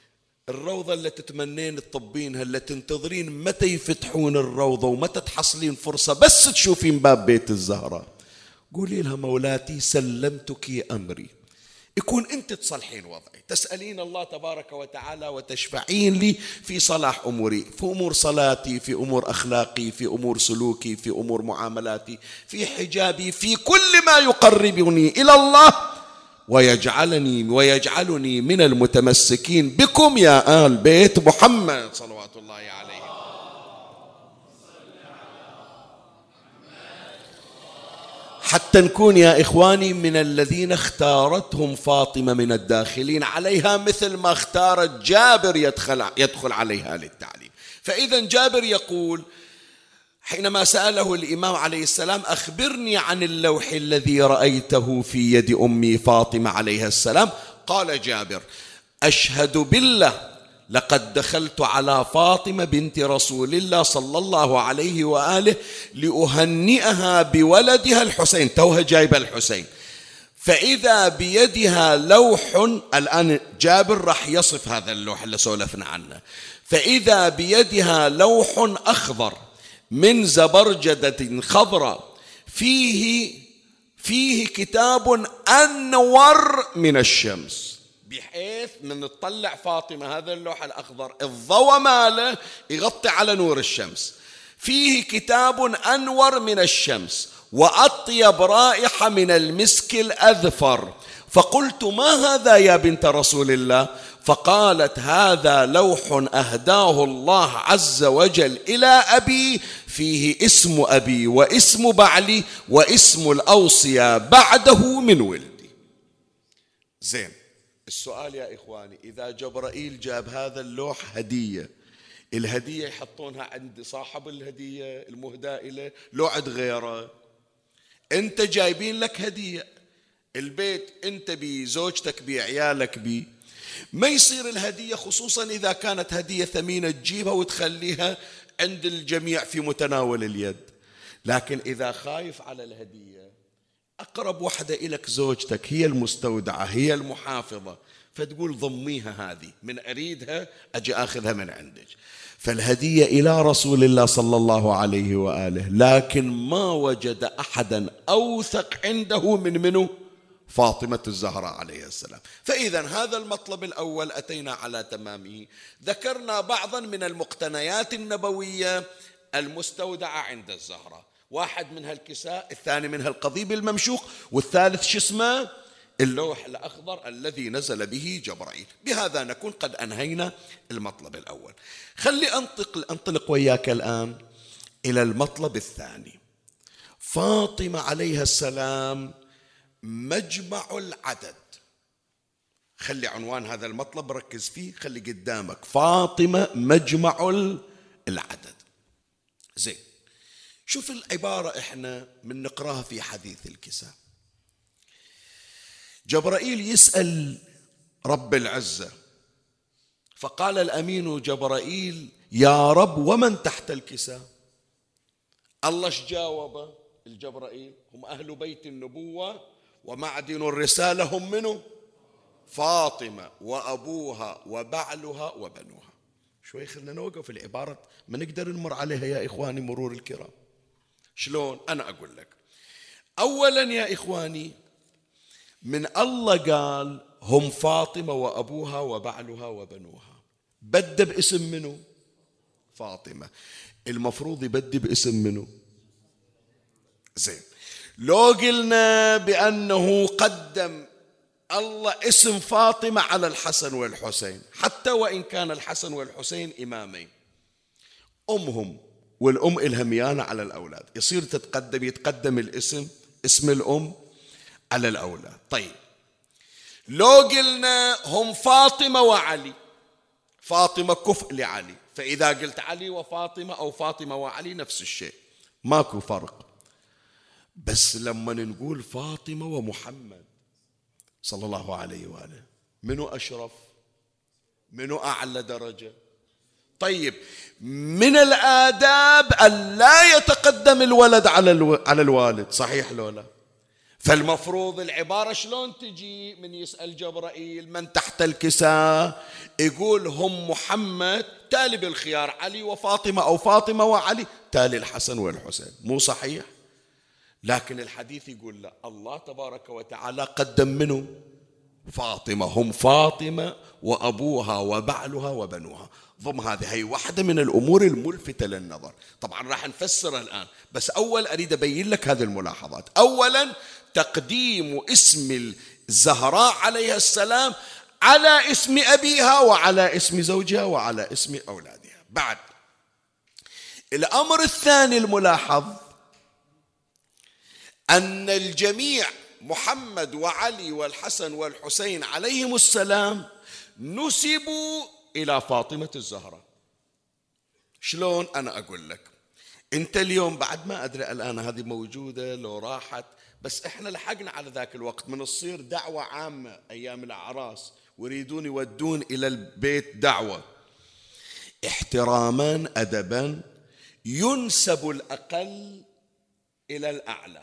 اللي تتمنين تطبينها، اللي تنتظرين متى يفتحون الروضة ومتى تحصلين فرصة بس تشوفين باب بيت الزهراء، قولي لها مولاتي سلمتك أمري، يكون أنت تصلحين وضعي، تسألين الله تبارك وتعالى وتشفعين لي في صلاح أموري، في أمور صلاتي، في أمور أخلاقي، في أمور سلوكي، في أمور معاملاتي، في حجابي، في كل ما يقربني إلى الله ويجعلني من المتمسكين بكم يا آل بيت محمد صلوات الله عليه. حتى نكون يا إخواني من الذين اختارتهم فاطمة من الداخلين عليها، مثل ما اختارت جابر يدخل عليها للتعليم. فإذا جابر يقول حينما سأله الإمام عليه السلام: أخبرني عن اللوح الذي رأيته في يد أمي فاطمة عليها السلام، قال جابر: أشهد بالله لقد دخلت على فاطمة بنت رسول الله صلى الله عليه وآله لأهنئها بولدها الحسين، توها جايبة الحسين، فإذا بيدها لوح، الآن جابر راح يصف هذا اللوح اللي سولفنا عنه، فإذا بيدها لوح أخضر من زبرجدة خضراء فيه كتاب أنور من الشمس، بحيث من تطلع فاطمة هذا اللوح الأخضر الضوء ماله يغطي على نور الشمس، فيه كتاب أنور من الشمس وأطيب رائحة من المسك الأذفر. فقلت: ما هذا يا بنت رسول الله؟ فقالت: هذا لوح أهداه الله عز وجل إلى أبي، فيه اسم أبي واسم بعلي واسم الأوصياء بعده من ولدي. زين، السؤال يا إخواني: إذا جبرائيل جاب هذا اللوح هدية، الهدية يحطونها عند صاحب الهدية المهداة إليه، لو عند غيره. أنت جايبين لك هدية البيت، أنت بي، زوجتك بي، عيالك بي، ما يصير الهدية خصوصا إذا كانت هدية ثمينة تجيبها وتخليها عند الجميع في متناول اليد. لكن إذا خايف على الهدية، أقرب وحدة إلك زوجتك، هي المستودعة، هي المحافظة، فتقول ضميها هذه، من أريدها أجي أخذها من عندك. فالهدية إلى رسول الله صلى الله عليه وآله، لكن ما وجد أحدا أوثق عنده من منه؟ فاطمة الزهراء عليه السلام. فإذا هذا المطلب الأول أتينا على تمامه. ذكرنا بعضا من المقتنيات النبوية المستودعة عند الزهراء، واحد منها الكساء، الثاني منها القضيب الممشوق، والثالث شو اسمه؟ اللوح الأخضر الذي نزل به جبرائيل. بهذا نكون قد أنهينا المطلب الأول. خلي أنطلق وياك الآن إلى المطلب الثاني. فاطمة عليها السلام مجمع العدد. خلي عنوان هذا المطلب ركز فيه، خلي قدامك: فاطمة مجمع العدد. زين، شوف العبارة احنا من نقراها في حديث الكساء. جبرائيل يسأل رب العزة، فقال الأمين جبرائيل: يا رب ومن تحت الكساء؟ الله ايش جاوبه الجبرائيل؟ هم أهل بيت النبوة ومعدن الرسالة، هم منه؟ فاطمة وأبوها وبعلها وبنوها. شوي خلنا نوقف العبارة، ما نقدر نمر عليها يا إخواني مرور الكرام. شلون؟ أنا أقول لك. أولا يا إخواني، من الله قال هم فاطمة وأبوها وبعلها وبنوها، بدأ باسم منه؟ فاطمة. المفروض يبدي باسم منه؟ زين، لو قلنا بأنه قدم الله اسم فاطمة على الحسن والحسين، حتى وإن كان الحسن والحسين إمامين، أمهم والأم إلها ميانة على الأولاد، يصير يتقدم الاسم، اسم الأم على الأولاد. طيب، لو قلنا هم فاطمة وعلي، فاطمة كفء لعلي، فإذا قلت علي وفاطمة أو فاطمة وعلي نفس الشيء، ماكو فرق. بس لما نقول فاطمة ومحمد صلى الله عليه وآله، منو أشرف؟ منو أعلى درجة؟ طيب، من الآداب أن لا يتقدم الولد على الوالد، صحيح لو لا؟ فالمفروض العبارة شلون تجي؟ من يسأل جبرائيل من تحت الكساء، يقول هم محمد، تالي بالخيار علي وفاطمة أو فاطمة وعلي، تالي الحسن والحسين. مو صحيح؟ لكن الحديث يقول لا، الله تبارك وتعالى قدم منه؟ فاطمة، هم فاطمة وأبوها وبعلها وبنوها. ضم هذه هي واحدة من الأمور الملفتة للنظر. طبعا راح نفسر الآن، بس أول أريد أبين لك هذه الملاحظات. أولا، تقديم اسم الزهراء عليها السلام على اسم أبيها وعلى اسم زوجها وعلى اسم أولادها. بعد، الأمر الثاني الملاحظ أن الجميع محمد وعلي والحسن والحسين عليهم السلام نسبوا إلى فاطمة الزهراء. شلون؟ أنا أقول لك. أنت اليوم بعد ما أدري الآن هذه موجودة لو راحت، بس إحنا لحقنا على ذاك الوقت من تصير دعوة عامة أيام الأعراس ويريدون يودون إلى البيت دعوة، احتراما أدبا ينسب الأقل إلى الأعلى.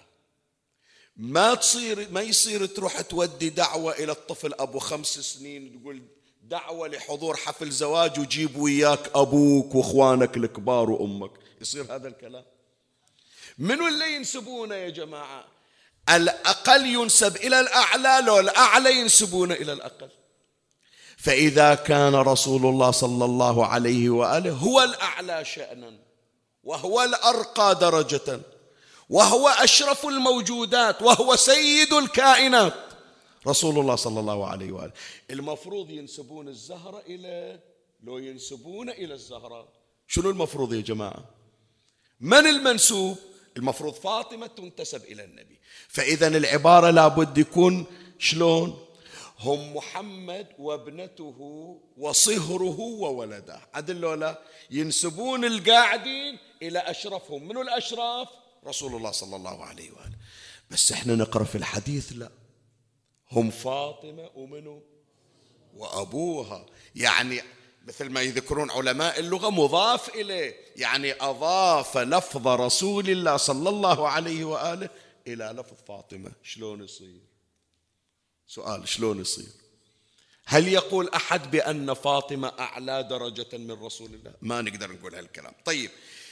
ما يصير تروح تودي دعوة إلى الطفل أبو 5 سنين تقول دعوة لحضور حفل زواج وجيب وياك أبوك وإخوانك الكبار وأمك. يصير هذا الكلام؟ منو اللي ينسبونه يا جماعة؟ الأقل ينسب إلى الأعلى، لو الأعلى ينسبون إلى الأقل. فإذا كان رسول الله صلى الله عليه وآله هو الأعلى شأنا وهو الأرقى درجة وهو أشرف الموجودات وهو سيد الكائنات رسول الله صلى الله عليه وآله، المفروض ينسبون الزهرة إلى، لو ينسبون إلى الزهراء شنو المفروض يا جماعة؟ من المنسوب؟ المفروض فاطمة تنتسب إلى النبي. فإذا العبارة لابد يكون شلون؟ هم محمد وابنته وصهره وولده، عدل ولا؟ ينسبون القاعدين إلى أشرفهم. منو الأشرف؟ رسول الله صلى الله عليه وآله. بس احنا نقرأ في الحديث لا، هم فاطمة ومنو وأبوها، يعني مثل ما يذكرون علماء اللغة مضاف إليه، يعني أضاف لفظ رسول الله صلى الله عليه وآله إلى لفظ فاطمة. شلون يصير؟ سؤال، شلون يصير؟ هل يقول أحد بأن فاطمة أعلى درجة من رسول الله؟ ما نقدر نقول هالكلام. طيب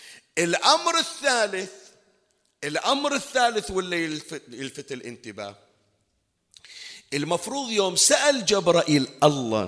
الأمر الثالث واللي يلفت الانتباه، المفروض يوم سأل جبرائيل الله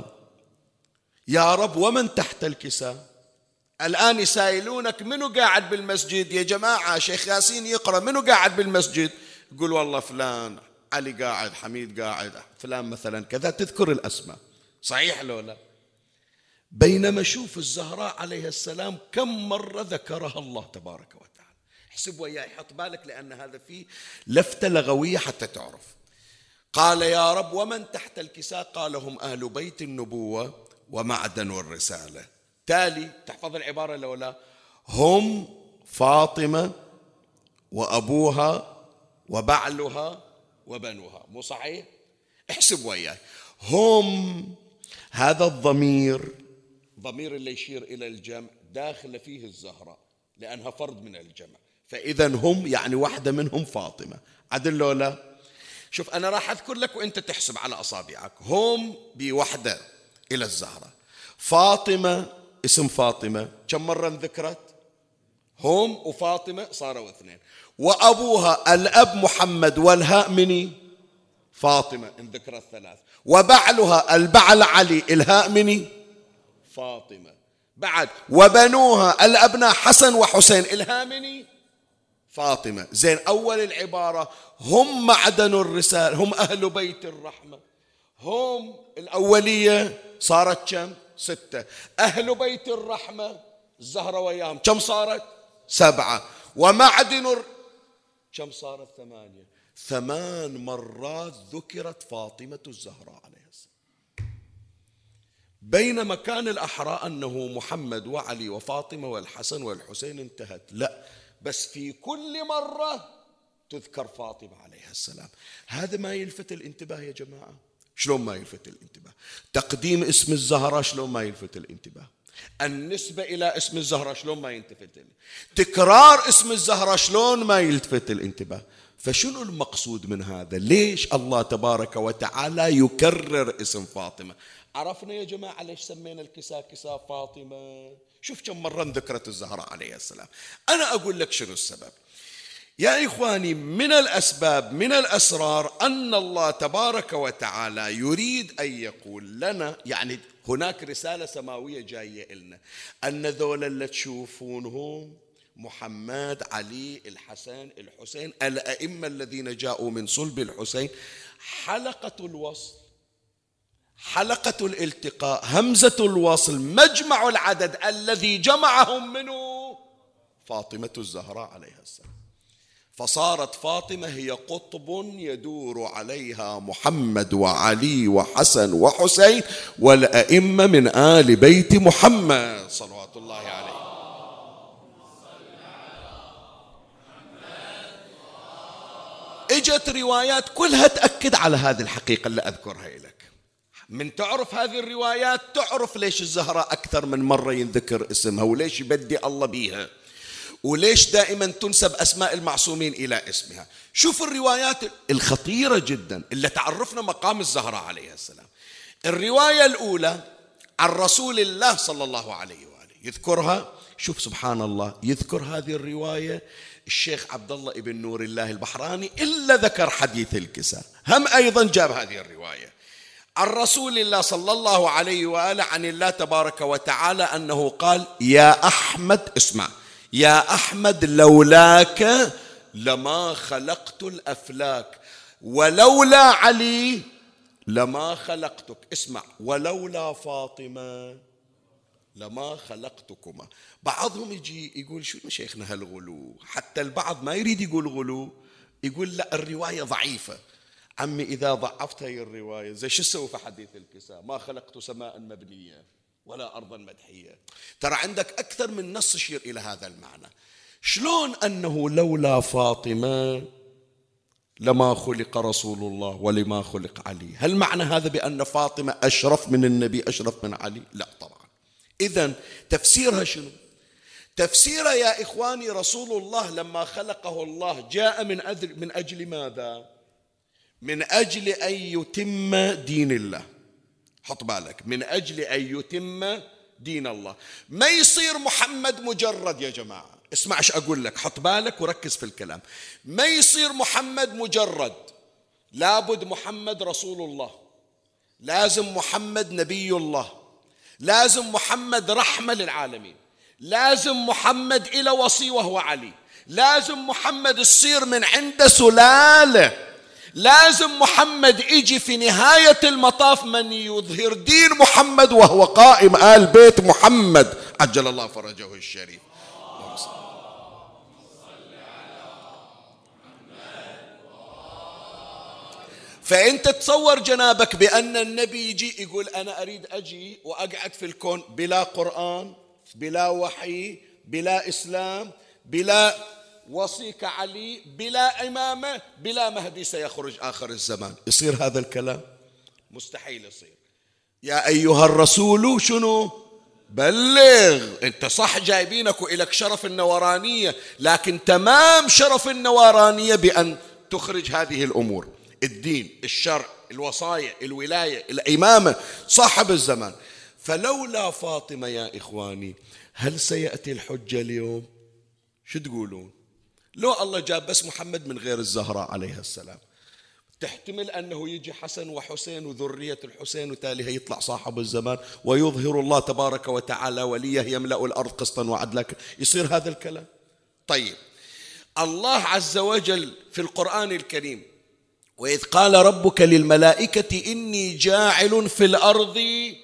يا رب ومن تحت الكساء، الآن يسائلونك منو قاعد بالمسجد يا جماعة، شيخ ياسين يقرأ منو قاعد بالمسجد، يقول والله فلان، علي قاعد، حميد قاعد، فلان مثلا كذا، تذكر الأسماء، صحيح لو لا؟ بينما شوف الزهراء عليها السلام كم مرة ذكرها الله تبارك وتعالى. احسب وياي، حط بالك، لأن هذا فيه لفتة لغوية حتى تعرف. قال يا رب ومن تحت الكساء، قال هم أهل بيت النبوة ومعدن الرسالة. تالي تحفظ العبارة لو لا؟ هم فاطمة وأبوها وبعلها وبنوها، مو صحيح؟ احسب وياي، هم هذا الضمير اللي يشير إلى الجمع داخل فيه الزهراء لأنها فرد من الجمع، فإذا هم يعني واحدة منهم فاطمة، عدل لو لا؟ شوف أنا راح أذكر لك وأنت تحسب على أصابعك. هم بوحدة إلى الزهرة، فاطمة اسم فاطمة كم مرة ذكرت؟ هم وفاطمة صاروا 2، وأبوها الأب محمد والهاء مني فاطمة انذكرت 3، وبعلها البعل علي الهاء مني فاطمة بعد، وبنوها الأبناء حسن وحسين الهاء مني فاطمة. زين، أول العبارة هم معدن الرسالة، هم أهل بيت الرحمة، هم الأولية صارت كم؟ 6. أهل بيت الرحمة الزهرة وياهم كم صارت؟ 7. ومعدن كم صارت؟ 8. 8 مرات ذكرت فاطمة الزهراء عليها السلام، بينما كان الأحرى أنه محمد وعلي وفاطمة والحسن والحسين انتهت. لا، بس في كل مرة تذكر فاطمة عليها السلام. هذا ما يلفت الانتباه يا جماعة. شلون ما يلفت الانتباه؟ تقديم اسم الزهراء شلون ما يلفت الانتباه؟ النسبة إلى اسم الزهراء شلون ما يلتفت؟ تكرار اسم الزهراء شلون ما يلتفت الانتباه؟ فشنو المقصود من هذا؟ ليش الله تبارك وتعالى يكرر اسم فاطمة؟ عرفنا يا جماعة ليش سمينا الكساء كساء فاطمة؟ شوف كم مرة ذكرت الزهراء عليه السلام. أنا أقول لك شنو السبب يا إخواني. من الأسباب، من الأسرار، أن الله تبارك وتعالى يريد أن يقول لنا، يعني هناك رسالة سماوية جاية لنا، أن ذول اللي تشوفونهم محمد، علي، الحسن، الحسين، الأئمة الذين جاءوا من صلب الحسين، حلقة الوصل، حلقة الالتقاء، همزة الوصل، مجمع العدد الذي جمعهم منه فاطمة الزهراء عليها السلام. فصارت فاطمة هي قطب يدور عليها محمد وعلي وحسن وحسين والأئمة من آل بيت محمد صلوات الله عليه. اجت روايات كلها تأكد على هذه الحقيقة اللي أذكرها لك. من تعرف هذه الروايات تعرف ليش الزهراء أكثر من مرة ينذكر اسمها، وليش يبدي الله بيها، وليش دائما تنسب أسماء المعصومين إلى اسمها. شوف الروايات الخطيرة جدا اللي تعرفنا مقام الزهراء عليه السلام. الرواية الأولى عن رسول الله صلى الله عليه وآله يذكرها. شوف سبحان الله، يذكر هذه الرواية الشيخ عبد الله ابن نور الله البحراني إلا ذكر حديث الكساء، هم أيضا جاب هذه الرواية عن رسول الله صلى الله عليه وآله عن الله تبارك وتعالى أنه قال: يا أحمد، اسمع، يا أحمد لولاك لما خلقت الأفلاك، ولولا علي لما خلقتك. اسمع، ولولا فاطمة لما خلقتكما. بعضهم يجي يقول: شو شيخنا هالغلو؟ حتى البعض ما يريد يقول غلو، يقول لا الرواية ضعيفة. عمي إذا ضعفت هي الرواية زي شو تسوي في حديث الكساء؟ ما خلقت سماء مبنية ولا أرضا مدحية. ترى عندك أكثر من نص يشير إلى هذا المعنى. شلون أنه لولا فاطمة لما خلق رسول الله ولما خلق علي؟ هل معنى هذا بأن فاطمة أشرف من النبي، أشرف من علي؟ لا طبعا. إذن تفسيرها شنو؟ تفسيرها يا إخواني رسول الله لما خلقه الله جاء من أجل ماذا؟ من أجل أن يتم دين الله. حط بالك، من أجل أن يتم دين الله. ما يصير محمد مجرد يا جماعة، اسمع ايش أقول لك، حط بالك وركز في الكلام. ما يصير محمد مجرد، لابد محمد رسول الله، لازم محمد نبي الله، لازم محمد رحمة للعالمين، لازم محمد إلى وصي وهو علي، لازم محمد يصير من عنده سلالة، لازم محمد يجي في نهاية المطاف من يظهر دين محمد وهو قائم آل بيت محمد عجل الله فرجه الشريف. فأنت تصور جنابك بأن النبي يجي يقول أنا أريد أجي وأقعد في الكون بلا قرآن، بلا وحي، بلا إسلام، بلا وصي كعلي، بلا إمامة، بلا مهدي سيخرج آخر الزمان. يصير هذا الكلام؟ مستحيل يصير. يا أيها الرسول شنو؟ بلغ. أنت صح جايبينك وإلك شرف النورانية، لكن تمام شرف النورانية بأن تخرج هذه الأمور: الدين، الشرع، الوصايا، الولاية، الإمامة، صاحب الزمان. فلولا فاطمة يا إخواني هل سيأتي الحجة اليوم؟ شو تقولون؟ لو الله جاب بس محمد من غير الزهراء عليها السلام، تحتمل أنه يجي حسن وحسين وذرية الحسين وتالي يطلع صاحب الزمان ويظهر الله تبارك وتعالى وليه يملأ الأرض قسطا وعدلا. يصير هذا الكلام؟ طيب، الله عز وجل في القرآن الكريم: وإذ قال ربك للملائكة إني جاعل في الأرض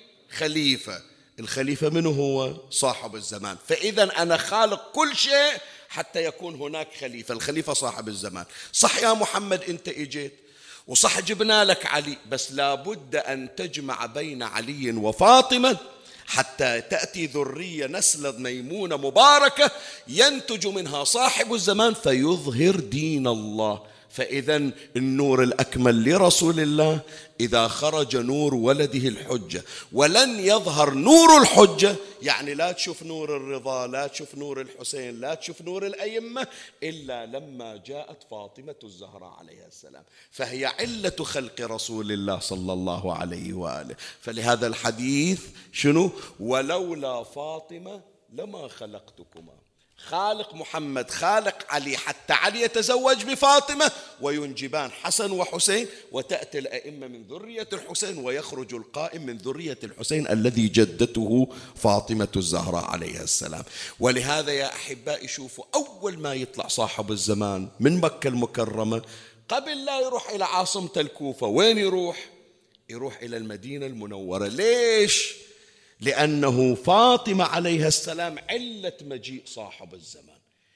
خليفة. الخليفة منه هو صاحب الزمان. فإذا أنا خالق كل شيء حتى يكون هناك خليفة. الخليفة صاحب الزمان. صح يا محمد أنت إجيت وصح جبنا لك علي، بس لابد أن تجمع بين علي وفاطمة حتى تأتي ذرية نسل ميمونة مباركة ينتج منها صاحب الزمان فيظهر دين الله. فإذا النور الأكمل لرسول الله إذا خرج نور ولده الحجة، ولن يظهر نور الحجة، يعني لا تشوف نور الرضا، لا تشوف نور الحسين، لا تشوف نور الأئمة إلا لما جاءت فاطمة الزهراء عليها السلام، فهي علة خلق رسول الله صلى الله عليه وآله. فلهذا الحديث شنو؟ ولولا فاطمة لما خلقتكما. خالق محمد، خالق علي حتى علي يتزوج بفاطمة وينجبان حسن وحسين، وتأتي الأئمة من ذرية الحسين ويخرج القائم من ذرية الحسين الذي جدته فاطمة الزهراء عليها السلام. ولهذا يا أحبائي شوفوا، أول ما يطلع صاحب الزمان من مكة المكرمة قبل لا يروح إلى عاصمة الكوفة، وين يروح؟ يروح إلى المدينة المنورة. ليش؟ لأنه فاطمة عليها السلام علة مجيء صاحب الزمان.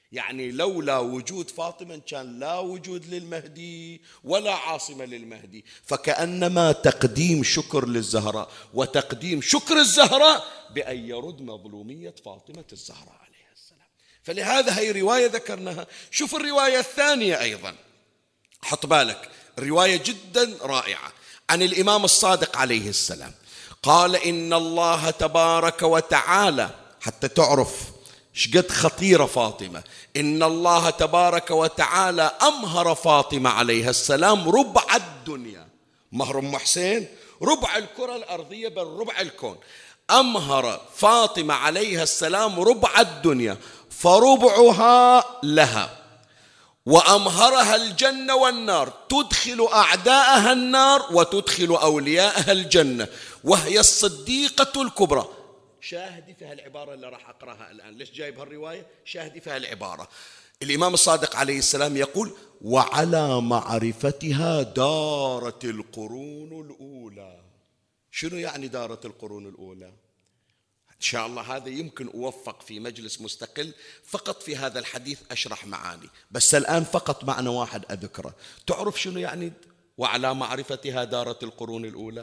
يعني لولا وجود فاطمة كان لا وجود للمهدي ولا عاصمة للمهدي. فكأنما تقديم شكر للزهراء وتقديم شكر الزهراء بأن يرد مظلومية فاطمة الزهراء عليها السلام. فلهذا هي رواية ذكرناها. شوف الرواية الثانية أيضا، حط بالك، رواية جدا رائعة عن الإمام الصادق عليه السلام. قال إن الله تبارك وتعالى، حتى تعرف شقد خطيرة فاطمة، إن الله تبارك وتعالى أمهر فاطمة عليها السلام ربع الدنيا. مهر أم حسين ربع الكرة الأرضية، بل ربع الكون. أمهر فاطمة عليها السلام ربع الدنيا، فربعها لها، وأمهرها الجنة والنار، تدخل أعداءها النار وتدخل أولياءها الجنة، وهي الصديقة الكبرى. شاهدي في هالعبارة اللي راح أقرأها الآن. ليش جايب هالرواية؟ شاهدي في هالعبارة. الإمام الصادق عليه السلام يقول: وعلى معرفتها دارت القرون الأولى. شنو يعني دارت القرون الأولى؟ إن شاء الله هذا يمكن أوفق في مجلس مستقل فقط في هذا الحديث أشرح معاني، بس الآن فقط معنى واحد أذكره. تعرف شنو يعني وعلى معرفتها دارت القرون الأولى؟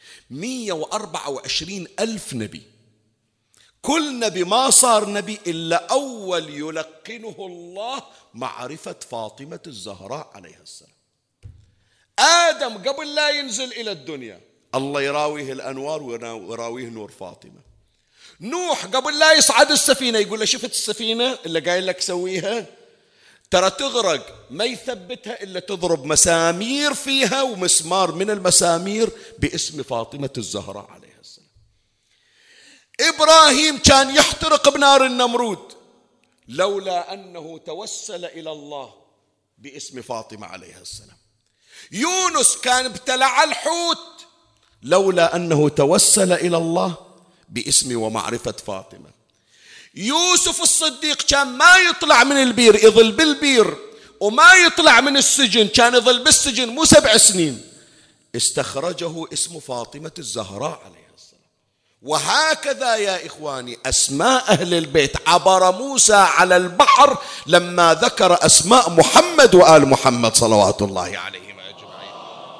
124 ألف نبي، كل نبي ما صار نبي إلا أول يلقنه الله معرفة فاطمة الزهراء عليها السلام. آدم قبل لا ينزل إلى الدنيا الله يراويه الأنوار ويراويه نور فاطمة. نوح قبل لا يصعد السفينة يقول له: شفت السفينة اللي قايل لك سويها؟ ترى تغرق، ما يثبتها إلا تضرب مسامير فيها، ومسمار من المسامير باسم فاطمة الزهراء عليها السلام. إبراهيم كان يحترق بنار النمرود لولا أنه توسل إلى الله باسم فاطمة عليها السلام. يونس كان ابتلع الحوت لولا أنه توسل إلى الله باسم ومعرفة فاطمة. يوسف الصديق كان ما يطلع من البير، يظل بالبير، وما يطلع من السجن، كان يظل بالسجن مو 7 سنين، استخرجه اسم فاطمة الزهراء عليها السلام. وهكذا يا إخواني أسماء أهل البيت. عبر موسى على البحر لما ذكر أسماء محمد وآل محمد صلوات الله عليهم أجمعين.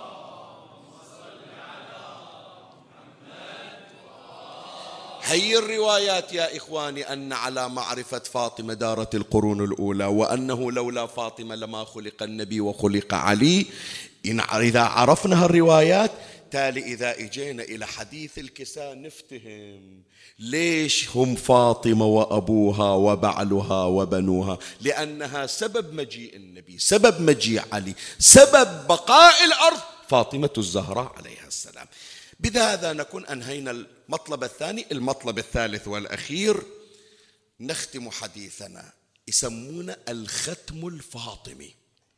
هي الروايات يا إخواني أن على معرفة فاطمة دارت القرون الأولى، وأنه لولا فاطمة لما خلق النبي وخلق علي. إذا عرفنا الروايات تالي إذا إجينا إلى حديث الكساء نفتهم ليش هم فاطمة وأبوها وبعلها وبنوها. لأنها سبب مجيء النبي، سبب مجيء علي، سبب بقاء الأرض فاطمة الزهراء عليها السلام. بهذا نكون أنهينا المطلب الثاني. المطلب الثالث والأخير نختم حديثنا، يسمونه الختم الفاطمي.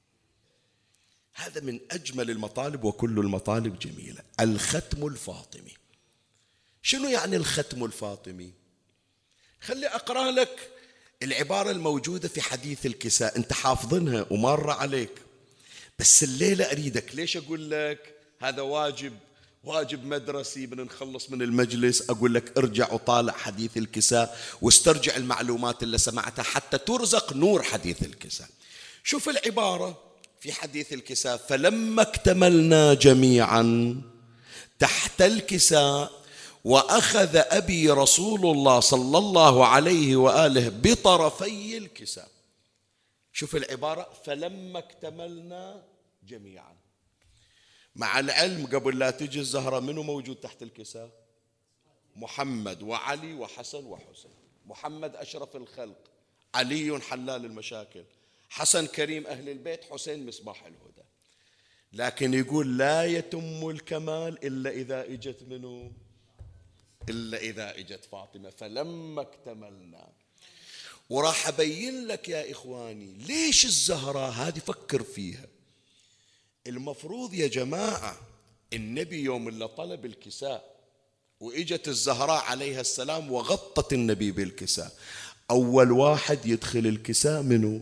هذا من أجمل المطالب، وكل المطالب جميلة. الختم الفاطمي. شنو يعني الختم الفاطمي؟ خلي أقرأ لك العبارة الموجودة في حديث الكساء، أنت حافظنها ومارة عليك، بس الليلة أريدك. ليش أقول لك هذا واجب مدرسي بدنا نخلص من المجلس؟ أقول لك ارجع وطالع حديث الكساء واسترجع المعلومات اللي سمعتها حتى ترزق نور حديث الكساء. شوف العبارة في حديث الكساء: فلما اكتملنا جميعا تحت الكساء وأخذ أبي رسول الله صلى الله عليه وآله بطرفي الكساء. شوف العبارة: فلما اكتملنا جميعا. مع العلم قبل لا تجي الزهرة منو موجود تحت الكساء؟ محمد وعلي وحسن وحسين. محمد أشرف الخلق، علي حلال المشاكل، حسن كريم أهل البيت، حسين مصباح الهدى. لكن يقول لا يتم الكمال إلا إذا إجت منه، إلا إذا إجت فاطمة. فلما اكتملنا. وراح أبين لك يا إخواني ليش الزهرة هذه، فكر فيها. المفروض يا جماعة النبي يوم اللي طلب الكساء وإجت الزهراء عليها السلام وغطت النبي بالكساء، أول واحد يدخل الكساء منه؟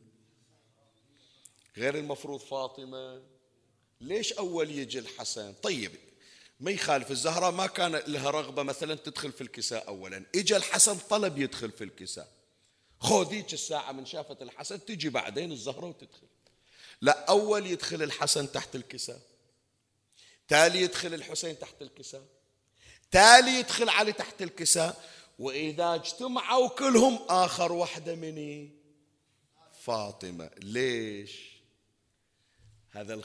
غير المفروض فاطمة. ليش أول يجي الحسن؟ طيب ما يخالف، الزهراء ما كان لها رغبة مثلا تدخل في الكساء أولا، إجا الحسن طلب يدخل في الكساء. ذيك الساعة من شافت الحسن تجي بعدين الزهرة وتدخل. لا، أول يدخل الحسن تحت الكساء، تالي يدخل الحسين تحت الكساء، تالي يدخل علي تحت الكساء، وإذا اجتمعوا كلهم آخر وحدة مني فاطمة. ليش؟ هذا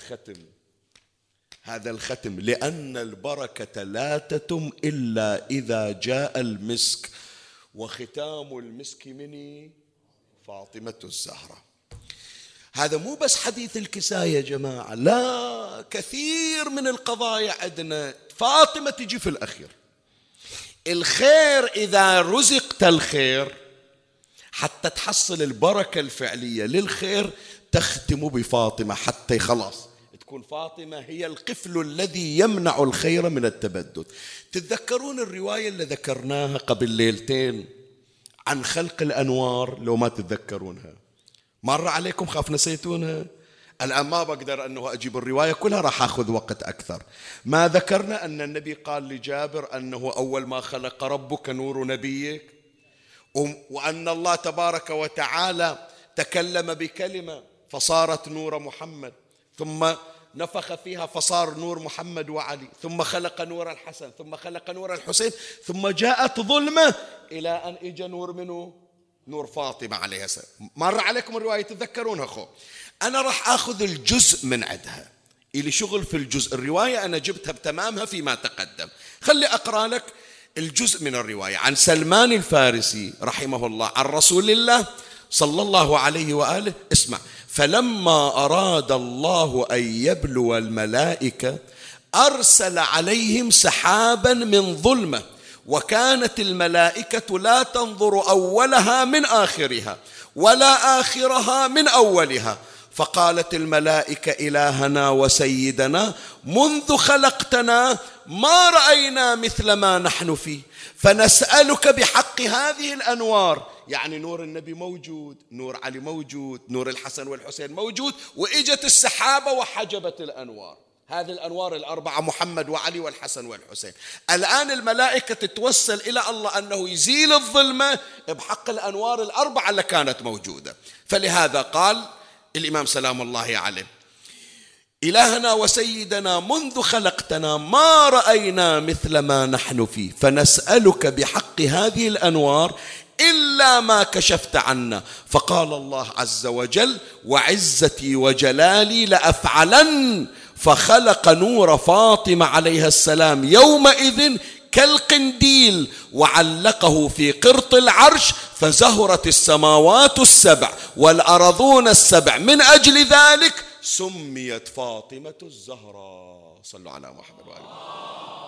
الختم لأن البركة لا تتم إلا إذا جاء المسك، وختام المسك مني فاطمة الزهراء. هذا مو بس حديث الكساء يا جماعة، لا، كثير من القضايا عندنا فاطمة تجي في الأخير. الخير إذا رزقت الخير حتى تحصل البركة الفعلية للخير تختم بفاطمة، حتى خلاص تكون فاطمة هي القفل الذي يمنع الخير من التبدد. تتذكرون الرواية اللي ذكرناها قبل ليلتين عن خلق الأنوار؟ لو ما تتذكرونها مر عليكم، خاف نسيتونها. الآن ما بقدر أنه أجيب الرواية كلها، راح أخذ وقت أكثر. ما ذكرنا أن النبي قال لجابر أنه أول ما خلق ربك نور نبيك، وأن الله تبارك وتعالى تكلم بكلمة فصارت نور محمد، ثم نفخ فيها فصار نور محمد وعلي، ثم خلق نور الحسن، ثم خلق نور الحسين، ثم جاءت ظلمة إلى أن إجا نور منه؟ نور فاطمة عليها السلام. مر عليكم الرواية تتذكرونها؟ أنا راح أخذ الجزء من عندها، إلي شغل في الجزء. الرواية أنا جبتها بتمامها فيما تقدم، خلي أقرأ لك الجزء من الرواية. عن سلمان الفارسي رحمه الله عن رسول الله صلى الله عليه وآله، اسمع: فلما أراد الله أن يبلو الملائكة أرسل عليهم سحابا من ظلمة، وكانت الملائكة لا تنظر أولها من آخرها ولا آخرها من أولها، فقالت الملائكة: إلهنا وسيدنا منذ خلقتنا ما رأينا مثل ما نحن فيه، فنسألك بحق هذه الأنوار. يعني نور النبي موجود، نور علي موجود، نور الحسن والحسين موجود، وإجت السحابة وحجبت الأنوار، هذه الأنوار الأربعة، محمد وعلي والحسن والحسين. الآن الملائكة تتوسل إلى الله أنه يزيل الظلمة بحق الأنوار الأربعة اللي كانت موجودة. فلهذا قال الإمام سلام الله عليه: إلهنا وسيدنا منذ خلقتنا ما رأينا مثل ما نحن فيه، فنسألك بحق هذه الأنوار إلا ما كشفت عنا. فقال الله عز وجل: وعزتي وجلالي لأفعلن. فخلق نور فاطمة عليها السلام يومئذ كالقنديل، وعلقه في قرط العرش، فزهرت السماوات السبع والأرضون السبع، من أجل ذلك سميت فاطمة الزهراء. صلوا على محمد وآل محمد.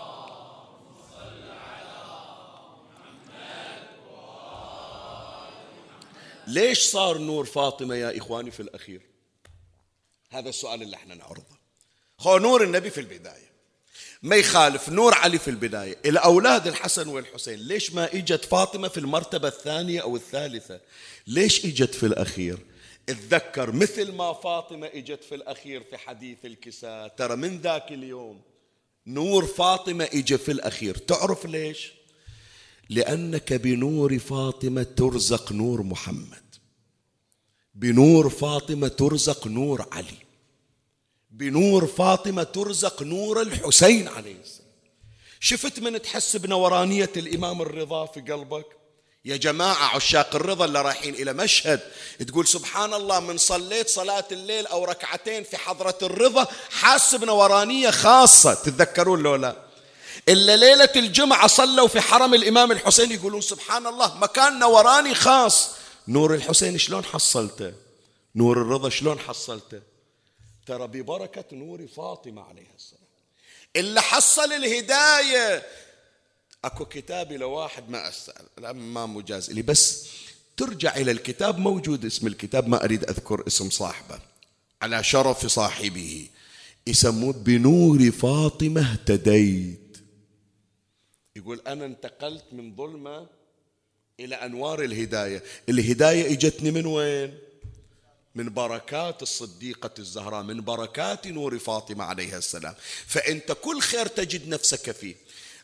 ليش صار نور فاطمة يا إخواني في الأخير؟ هذا السؤال اللي احنا نعرضه. نور النبي في البداية ما يخالف نور علي في البداية، الأولاد الحسن والحسين. ليش ما إجت فاطمة في المرتبة الثانية أو الثالثة؟ ليش إجت في الأخير؟ اتذكر مثل ما فاطمة إجت في الأخير في حديث الكساء، ترى من ذاك اليوم نور فاطمة إجى في الأخير. تعرف ليش؟ لأنك بنور فاطمة ترزق نور محمد، بنور فاطمة ترزق نور علي، بنور فاطمة ترزق نور الحسين عليه السلام. شفت من تحس بنورانية الإمام الرضا في قلبك؟ يا جماعة عشاق الرضا اللي رايحين إلى مشهد، تقول سبحان الله، من صليت صلاة الليل أو ركعتين في حضرة الرضا حاس بنورانية خاصة. تتذكرون لولا إلا ليلة الجمعة صلوا في حرم الإمام الحسين، يقولون سبحان الله مكان نوراني خاص. نور الحسين شلون حصلته؟ نور الرضا شلون حصلته؟ ترى ببركة نور فاطمة عليها السلام. اللي حصل الهداية، اكو كتابي لواحد ما أسأل، ما مجاز لي، بس ترجع إلى الكتاب موجود اسم الكتاب، ما أريد أذكر اسم صاحبه على شرف صاحبه، يسموه بنور فاطمة اهتديت. يقول أنا انتقلت من ظلمة إلى أنوار الهداية. الهداية اجتني من وين؟ من بركات الصديقة الزهراء، من بركات نور فاطمة عليها السلام. فأنت كل خير تجد نفسك فيه.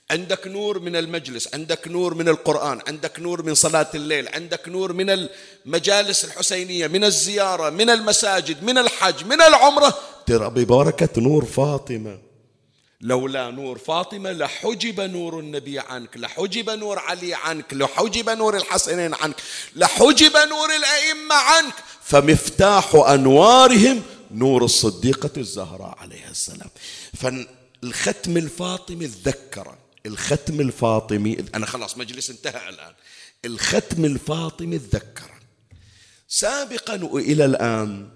عندك نور من المجلس، عندك نور من القرآن، عندك نور من صلاة الليل، عندك نور من المجالس الحسينية، من الزيارة، من المساجد، من الحج، من العمرة، ترى ببركة نور فاطمة. لولا نور فاطمة لحجب نور النبي عنك، لحجب نور علي عنك، لحجب نور الحسنين عنك، لحجب نور الأئمة عنك. فمفتاح أنوارهم نور الصديقة الزهراء عليها السلام. فالختم الفاطمي الذكرى، الختم الفاطمي، أنا خلاص مجلس انتهى الآن، الختم الفاطمي الذكرى. سابقا وإلى الآن،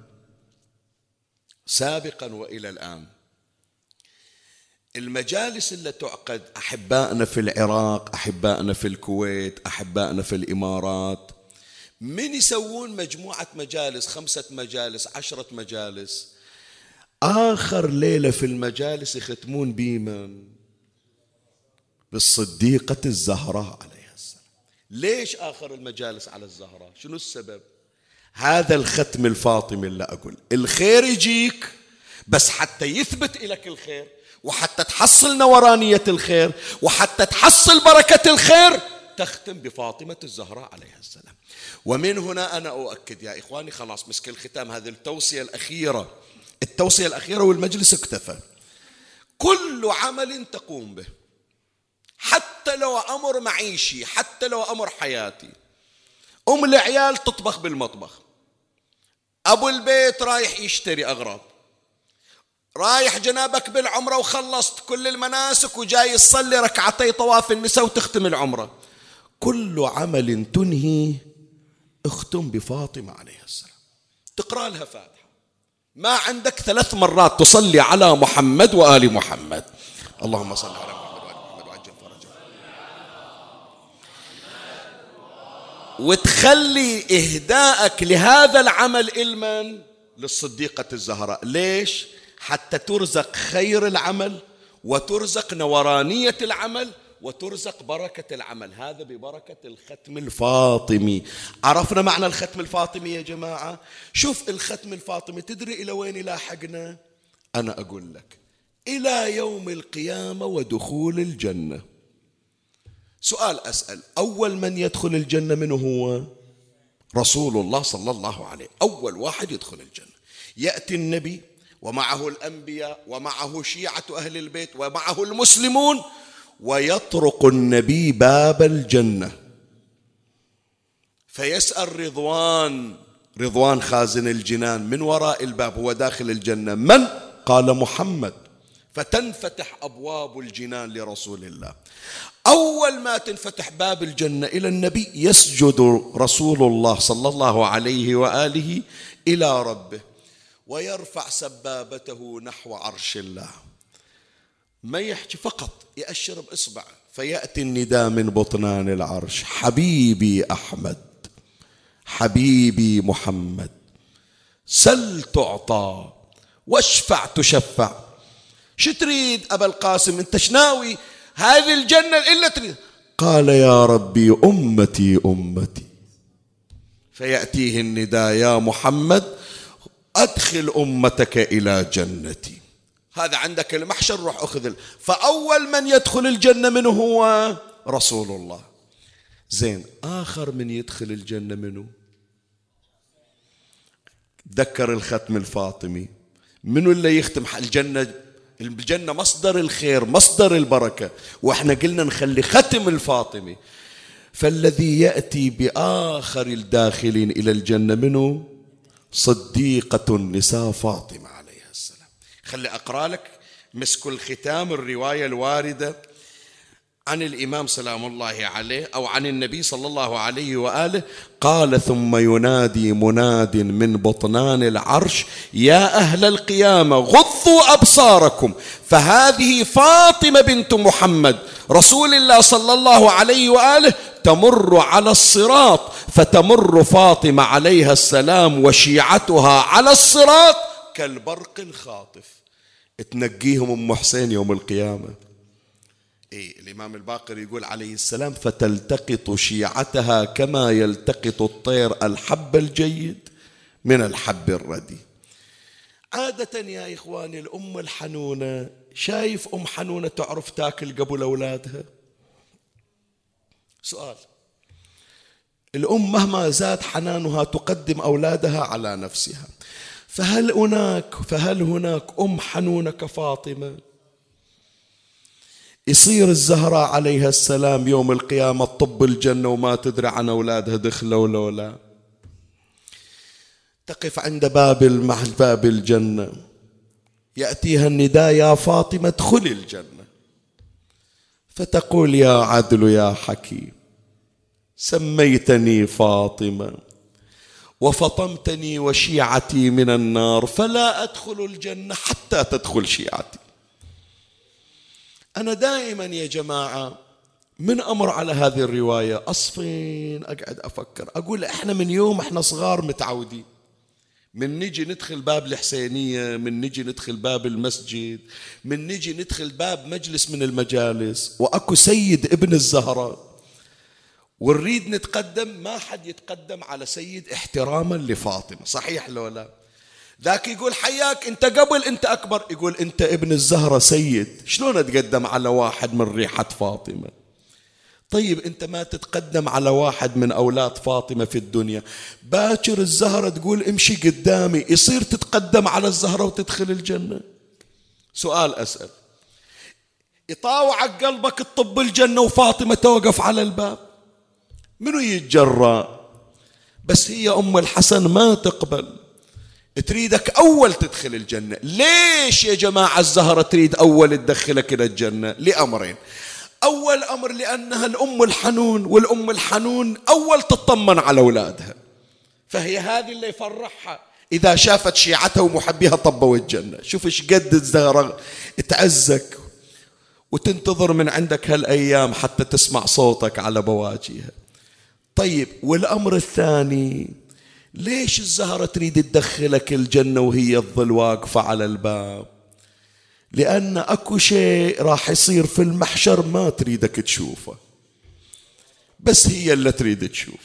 سابقا وإلى الآن المجالس اللي تعقد، أحبائنا في العراق، أحبائنا في الكويت، أحبائنا في الإمارات، من يسوون مجموعة مجالس، 5 مجالس، 10 مجالس، آخر ليلة في المجالس يختمون بمن؟ بالصديقة الزهراء عليها السلام. ليش آخر المجالس على الزهراء؟ شنو السبب؟ هذا الختم الفاطمي اللي أقول الخير يجيك، بس حتى يثبت إليك الخير، وحتى تحصل نورانية الخير، وحتى تحصل بركة الخير، تختم بفاطمة الزهراء عليها السلام. ومن هنا أنا أؤكد يا إخواني، خلاص مسك الختام، هذه التوصية الأخيرة، التوصية الأخيرة، والمجلس اكتفى. كل عمل تقوم به، حتى لو أمر معيشي، حتى لو أمر حياتي، العيال تطبخ بالمطبخ، أبو البيت رايح يشتري أغراض، رايح جنابك بالعمرة وخلصت كل المناسك وجاي يصلي ركعتي طواف النساء وتختم العمرة، كل عمل تنهي اختم بفاطمة عليها السلام، تقرأ لها فاتحة. ما عندك 3 مرات تصلي على محمد وآل محمد، اللهم صل على محمد وآل محمد وعجل فرجه، وتخلي إهداءك لهذا العمل إلمن؟ للصديقة الزهراء. ليش؟ حتى ترزق خير العمل، وترزق نورانية العمل، وترزق بركة العمل. هذا ببركة الختم الفاطمي. عرفنا معنى الختم الفاطمي يا جماعة؟ شوف الختم الفاطمي تدري إلى وين يلاحقنا؟ أنا أقول لك إلى يوم القيامة ودخول الجنة. سؤال أسأل، أول من يدخل الجنة منه هو رسول الله صلى الله عليه، أول واحد يدخل الجنة. يأتي النبي ومعه الأنبياء ومعه شيعة أهل البيت ومعه المسلمون، ويطرق النبي باب الجنة فيسأل رضوان خازن الجنان من وراء الباب، هو داخل الجنة، من؟ قال محمد، فتنفتح أبواب الجنان لرسول الله. أول ما تنفتح باب الجنة إلى النبي يسجد رسول الله صلى الله عليه وآله إلى ربه، ويرفع سبابته نحو عرش الله، ما يحكي فقط، يأشر بإصبعه، فيأتي النداء من بطنان العرش: حبيبي أحمد، حبيبي محمد، سل تعطى واشفع تشفع. شو تريد أبا القاسم؟ أنت شناوي؟ هذه الجنة إلا تريد؟ قال يا ربي أمتي أمتي. فيأتيه النداء: يا محمد أدخل أمتك إلى جنتي. هذا عندك المحشر، روح أخذ. فأول من يدخل الجنة منه هو رسول الله. زين، آخر من يدخل الجنة منه؟ ذكر الختم الفاطمي، منو اللي يختم الجنة؟ الجنة مصدر الخير، مصدر البركة، وإحنا قلنا نخلي ختم الفاطمي. فالذي يأتي بآخر الداخلين إلى الجنة منه؟ صديقة النساء فاطمة عليها السلام. خلي أقرأ لك مسك الختام الرواية الواردة عن الإمام سلام الله عليه أو عن النبي صلى الله عليه وآله. قال: ثم ينادي مناد من بطنان العرش: يا أهل القيامة غضوا أبصاركم، فهذه فاطمة بنت محمد رسول الله صلى الله عليه وآله تمر على الصراط، فتمر فاطمة عليها السلام وشيعتها على الصراط كالبرق الخاطف، تنقيهم أم حسين يوم القيامة. الإمام الباقر يقول عليه السلام: فتلتقط شيعتها كما يلتقط الطير الحب الجيد من الحب الردي. عادة يا إخواني الأم الحنونة، شايف أم حنونة تعرف تاكل قبل أولادها؟ سؤال. الأم مهما زاد حنانها تقدم أولادها على نفسها، فهل هناك أم حنونة كفاطمة؟ يصير الزهراء عليها السلام يوم القيامة طب الجنة وما تدري عن أولادها دخلوا ولا لا. تقف عند باب الجنة، يأتيها النداء: يا فاطمة ادخلي الجنة. فتقول: يا عدل يا حكيم، سميتني فاطمة وفطمتني وشيعتي من النار، فلا أدخل الجنة حتى تدخل شيعتي. أنا دائما يا جماعة من أمر على هذه الرواية أصفين أقعد أفكر، أقول إحنا من يوم إحنا صغار متعودين من نجي ندخل باب الحسينية، من نجي ندخل باب المسجد، من نجي ندخل باب مجلس من المجالس وأكو سيد ابن الزهراء ونريد نتقدم، ما حد يتقدم على سيد احتراما لفاطمة، صحيح لو لا؟ ذاك يقول: حياك أنت قبل، أنت أكبر. يقول: أنت ابن الزهرة سيد، شلون أتقدم على واحد من ريحة فاطمة؟ طيب أنت ما تتقدم على واحد من أولاد فاطمة في الدنيا، باكر الزهرة تقول امشي قدامي، يصير تتقدم على الزهرة وتدخل الجنة؟ سؤال أسأل، يطاوعك قلبك تطب الجنة وفاطمة توقف على الباب، منو يتجرأ؟ بس هي أم الحسن ما تقبل، تريدك أول تدخل الجنة. ليش يا جماعة الزهرة تريد أول تدخلك إلى الجنة؟ لأمرين. أول أمر لأنها الأم الحنون، والأم الحنون أول تطمن على أولادها، فهي هذه اللي يفرحها إذا شافت شيعتها ومحبيها طبوا الجنة. شوف إيش قد الزهرة تعزك وتنتظر من عندك هالأيام حتى تسمع صوتك على بواجيها. طيب، والأمر الثاني، ليش الزهرة تريد تدخلك الجنة وهي تظل واقفة على الباب؟ لأن أكو شيء راح يصير في المحشر ما تريدك تشوفه، بس هي اللي تريد تشوف،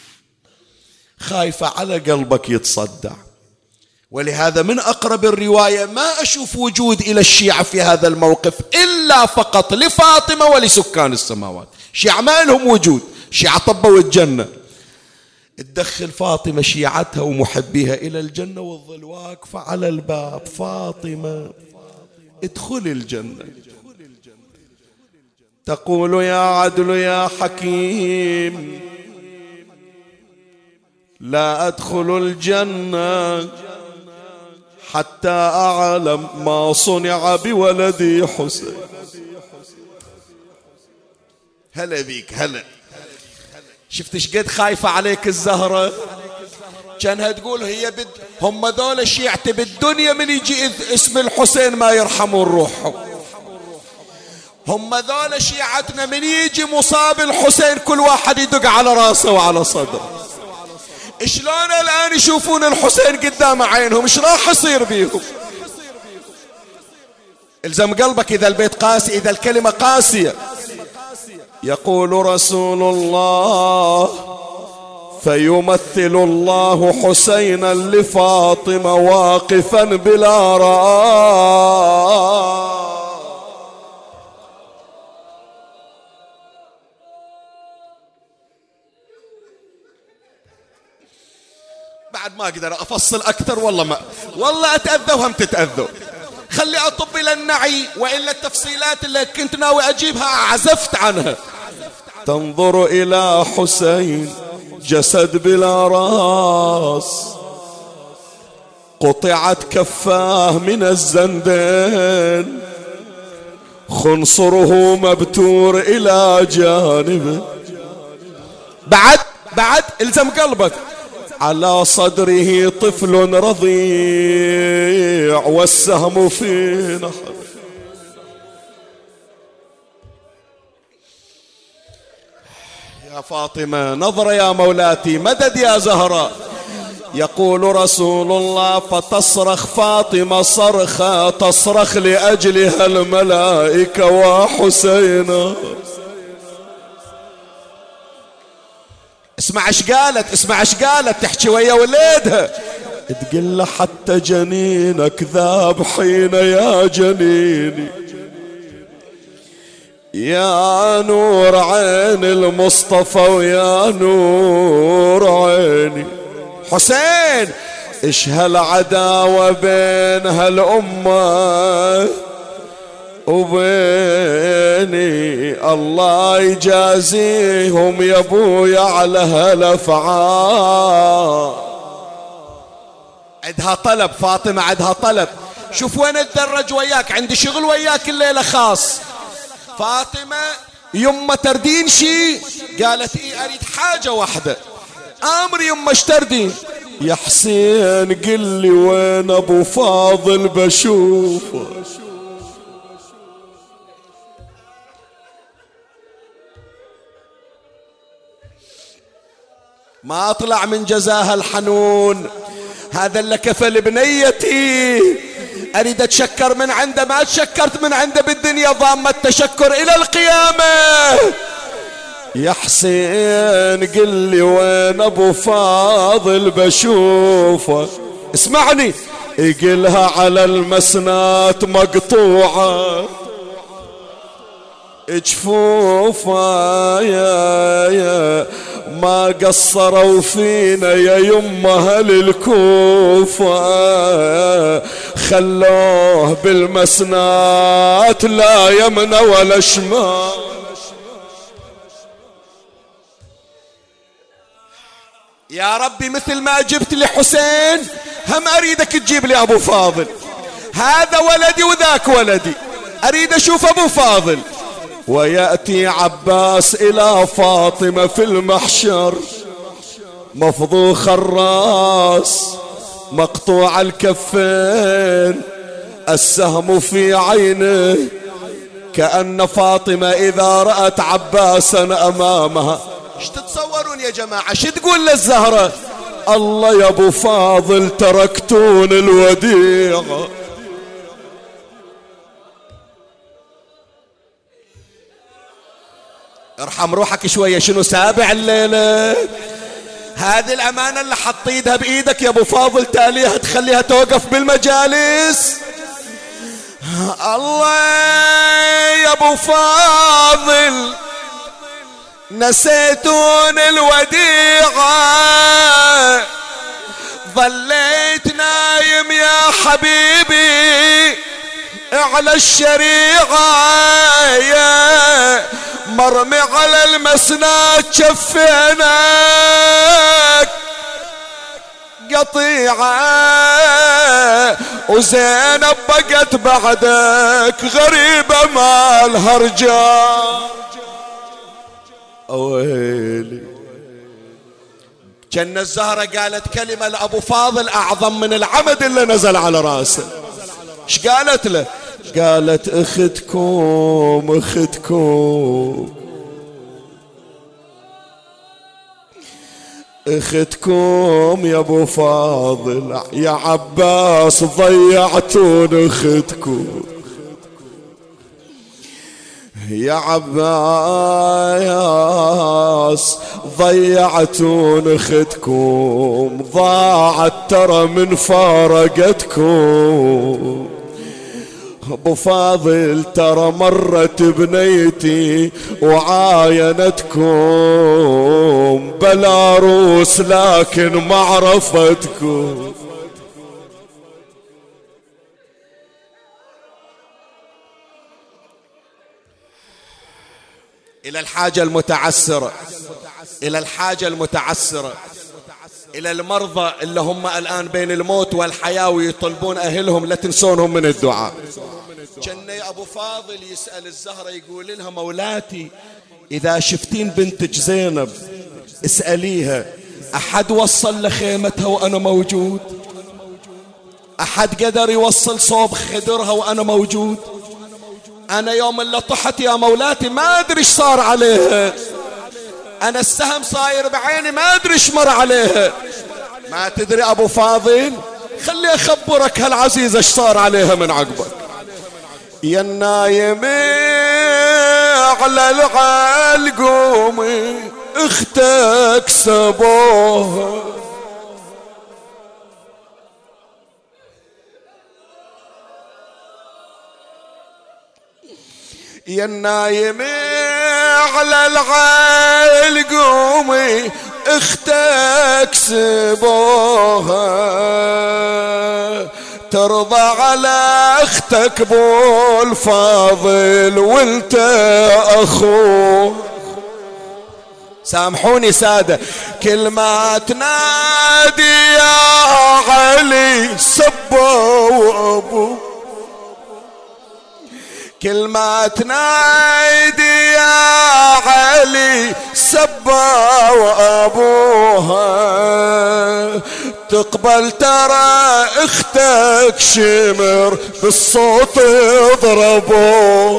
خايفة على قلبك يتصدع. ولهذا من أقرب الرواية ما أشوف وجود إلى الشيعة في هذا الموقف إلا فقط لفاطمة ولسكان السماوات. شيعة ما لهم وجود، شيعة طبوا الجنة، تدخل فاطمة شيعتها ومحبيها إلى الجنة وتظل واقفة على الباب: فاطمة ادخل الجنة. تقول: يا عدل يا حكيم، لا أدخل الجنة حتى أعلم ما صنع بولدي حسين. هلا بيك، هلا. شفت ايش قد خايفة عليك الزهرة؟ كانها تقول هي هم ذول شيعتي بالدنيا من يجي اسم الحسين ما يرحمون روحهم، هم ذول شيعتنا من يجي مصاب الحسين كل واحد يدق على راسه وعلى صدره. شلون الآن يشوفون الحسين قدام عينهم؟ ايش راح يصير بيهم؟ الزم قلبك إذا البيت قاسي، إذا الكلمة قاسية. يقول رسول الله: فيمثل الله حسينا لفاطمة واقفا بلا رأى. بعد ما أقدر أفصل أكثر، والله أتأذى وهم تتأذوا. خلي أطب إلى النعي، وإلا التفصيلات اللي كنت ناوي أجيبها عزفت عنها. تنظر إلى حسين جسد بلا راس، قطعت كفاه من الزندين، خنصره مبتور إلى جانبه. بعد الزم قلبك: على صدره طفل رضيع والسهم في نحره. يا فاطمة نظرة يا مولاتي، مدد يا زهراء. يقول رسول الله: فتصرخ فاطمة صرخة تصرخ لأجلها الملائكة وحسينا. اسمع ايش قالت، تحكي ويا ولادها. تقول له حتى جنينك ذاب حين يا جنيني، يا نور عين المصطفى ويا نور عيني. حسين ايش هالعداوة بين هالأمة وبيني، الله يجازيهم يا ابويا على هالافعال. عندها طلب فاطمة، عندها طلب. شوف وين اتدرج وياك، عندي شغل وياك الليلة خاص. فاطمة يمه تردين شي؟ قالت ايه اريد حاجة واحدة. امر يمه ايش تردين؟ يا حسين قل لي وين ابو فاضل بشوفه. ما اطلع من جزاها الحنون، هذا اللي كفل بنيتي اريد اتشكر من عنده، ما تشكرت من عنده بالدنيا ضامة التشكر الى القيامة. يا حسين قل لي وين ابو فاضل بشوفه. اسمعني، يقلها على المسنات مقطوعة جفوفه، يا ما قصروا فينا يا يمه اهل الكوفة، خلوه بالمسنات لا يمن ولا شمال. يا ربي مثل ما جبت لي حسين هم اريدك تجيب لي ابو فاضل. هذا ولدي وذاك ولدي، اريد اشوف ابو فاضل. ويأتي عباس إلى فاطمة في المحشر مفضوخ الرأس مقطوع الكفين، السهم في عينه، كأن فاطمة إذا رأت عباسا أمامها. ايش تتصورون يا جماعة؟ ايش تقول للزهرة؟ الله يا ابو فاضل تركتون الوديعة. ارحم روحك شوية، شنو سابع الليلة؟ هذه الأمانة اللي حطيتها بإيدك يا أبو فاضل تاليها تخليها توقف بالمجالس. الله يا أبو فاضل نسيتون الوديعة، ظليت نايم يا حبيبي على الشريعة، يا مرمي على المسناد شفيناك قطيعة، وزينب بقت بعدك غريبة مالها رجال. اويلي كان الزهرة قالت كلمة لأبو فاضل أعظم من العمد اللي نزل على راسه. ايش قالت له؟ قالت اختكم يا ابو فاضل، يا عباس ضيعتون اختكم، يا عباس ضيعتون اختكم، ضاعت ترى من فارقتكم. ابو فاضل ترى مرت بنيتي وعاينتكم، بلا روس لكن معرفتكم. إلى الحاجة المتعسرة، إلى الحاجة المتعسرة، إلى المرضى اللي هم الآن بين الموت والحياة ويطلبون أهلهم لا تنسونهم من الدعاء. كان أبو فاضل يسأل الزهرة يقول لها مولاتي إذا شفتين بنتك زينب اسأليها أحد وصل لخيمتها وأنا موجود؟ أحد قدر يوصل صوب خدرها وأنا موجود؟ أنا يوم اللي طحت يا مولاتي ما أدري إيش صار عليها، أنا السهم صاير بعيني ما أدري إيش مر عليها. ما تدري أبو فاضل؟ خلي أخبرك هالعزيزة إيش صار عليها من عقبك. يا النايم على العلقوم اختك سبوها، يا النايم على العيل قومي اختك سبوها، ترضى على اختك بو الفاضل وانت اخوه. سامحوني سادة، كل ما تنادي يا علي سبوا ابو، كل ما تنادي يا علي سبوا ابوها، تقبل ترى اختك شمر بالصوت اضربوه.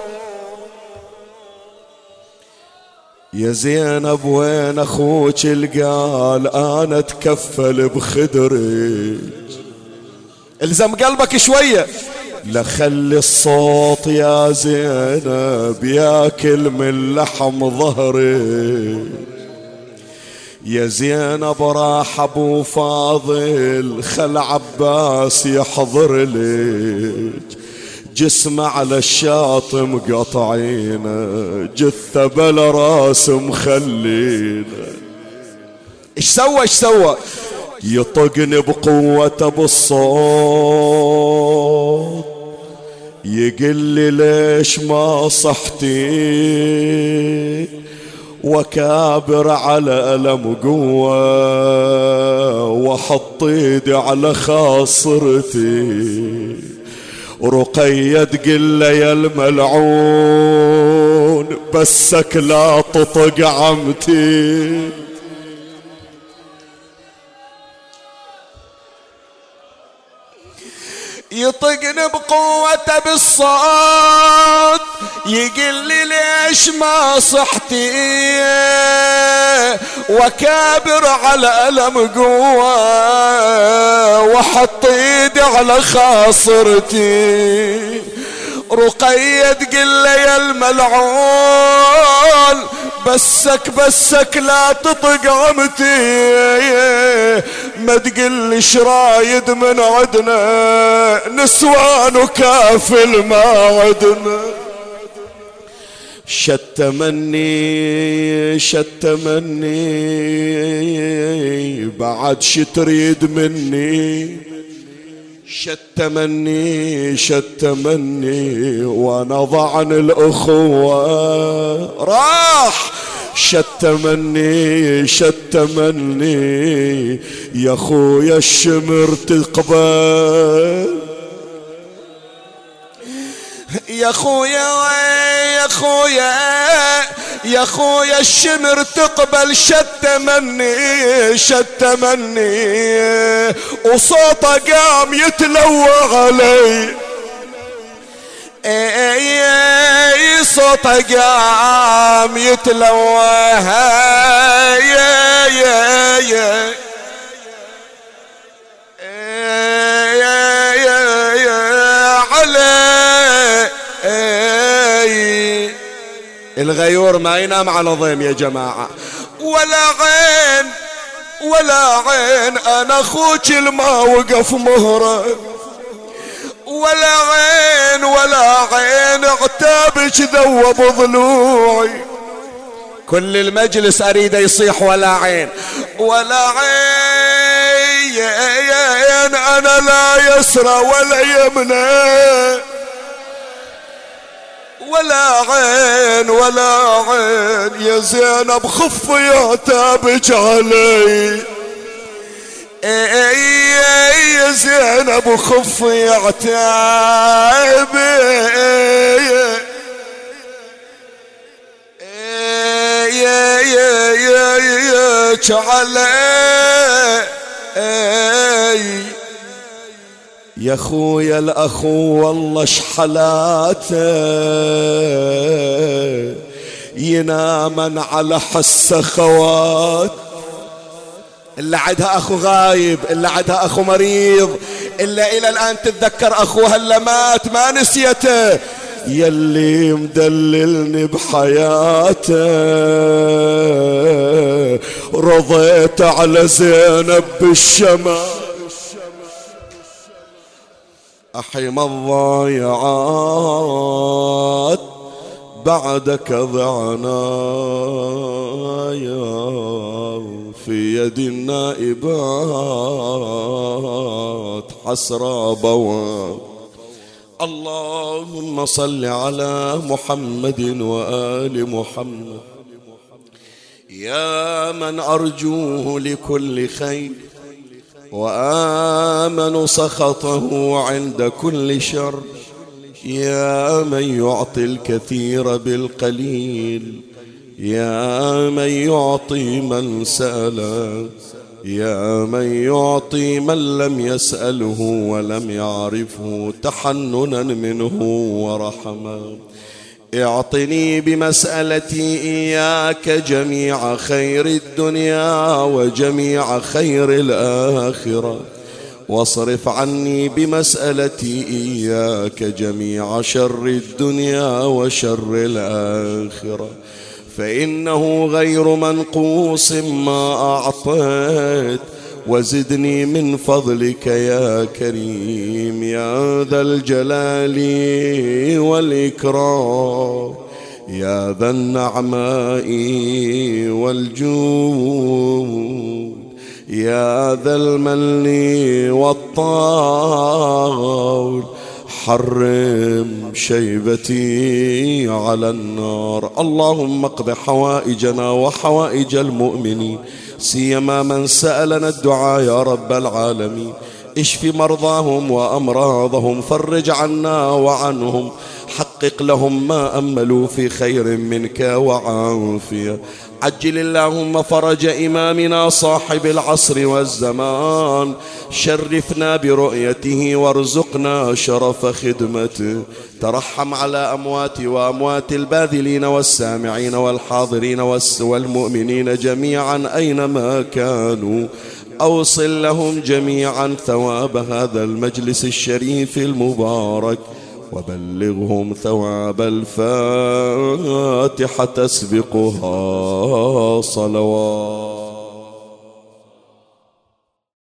يا زينب وين اخوك القال انا اتكفل بخدرك، الزم قلبك شوية، لخلي الصوت يا زينب ياكل من لحم ظهرك. يا زينب راح ابو فاضل خل عباس يحضر لك، جسمه على الشاط مقطعينه، جثه بلا راس مخلينه. ايش سوى يطقني بقوته بالصوت، يقل لي ليش ما صحتي، وكابر على ألم قوة، وحط ايدي على خاصرتي، رقية تقل يا الملعون بسك لا تطق عمتي. يطقني بقوته بالصوت، يقل لي ليش ما صحتي، وكابر على ألم قوة، وحط ايدي على خاصرتي، رقية تقل يا الملعون بسك لا تطق عمتي، ما تقلش رايد من عدنا نسوان وكافل ما عدنا. شتمني بعد شي تريد مني، شتمني وانا ضعن الاخوة راح، شتمني يا خويا الشمر تقبل، يا خويا الشمر تقبل، شتمني وصوته قام يتلوى علي، صوته قام يتلوى الغيور ما ينام على ضيم يا جماعة. ولا عين انا اخوك الما وقف مهره، ولا عين عتابك ذوب ضلوعي، كل المجلس اريد يصيح ولا عين انا لا يسرى ولا يمنى، ولا عين يا زينب خف يا تابج علي، يا زينب خف يا تابج علي. يا خويا الاخو والله شحلاته، ينامن على حس خوات، اللي عندها اخو غايب، اللي عندها اخو مريض، اللي الى الان تتذكر اخوها اللي مات ما نسيته، يلي مدللني بحياته، رضيت على زينب بالشمال، أحيم الضايعات بعدك ضعنا في يد النائبات حسرى بواب. اللهم صل على محمد وآل محمد يا من أرجوه لكل خير وآمن سخطه عند كل شر، يا من يعطي الكثير بالقليل، يا من يعطي من سأل، يا من يعطي من لم يسأله ولم يعرفه تحننا منه ورحمة. اعطني بمسألتي إياك جميع خير الدنيا وجميع خير الآخرة، واصرف عني بمسألتي إياك جميع شر الدنيا وشر الآخرة، فإنه غير منقوص ما أعطيت، وزدني من فضلك يا كريم يا ذا الجلال والإكرام، يا ذا النعماء والجود، يا ذا المن والطول، حرم شيبتي على النار. اللهم اقض حوائجنا وحوائج المؤمنين، سيما من سألنا الدعاء يا رب العالمين. اشف مرضاهم وأمراضهم، فرج عنا وعنهم، حقق لهم ما أملوا في خير منك وعافية. عجل اللهم فرج إمامنا صاحب العصر والزمان، شرفنا برؤيته وارزقنا شرف خدمته. ترحم على أموات وأموات الباذلين والسامعين والحاضرين والمؤمنين جميعا أينما كانوا، أوصل لهم جميعا ثواب هذا المجلس الشريف المبارك، وبلغهم ثواب الفاتحة تسبقها صلوات.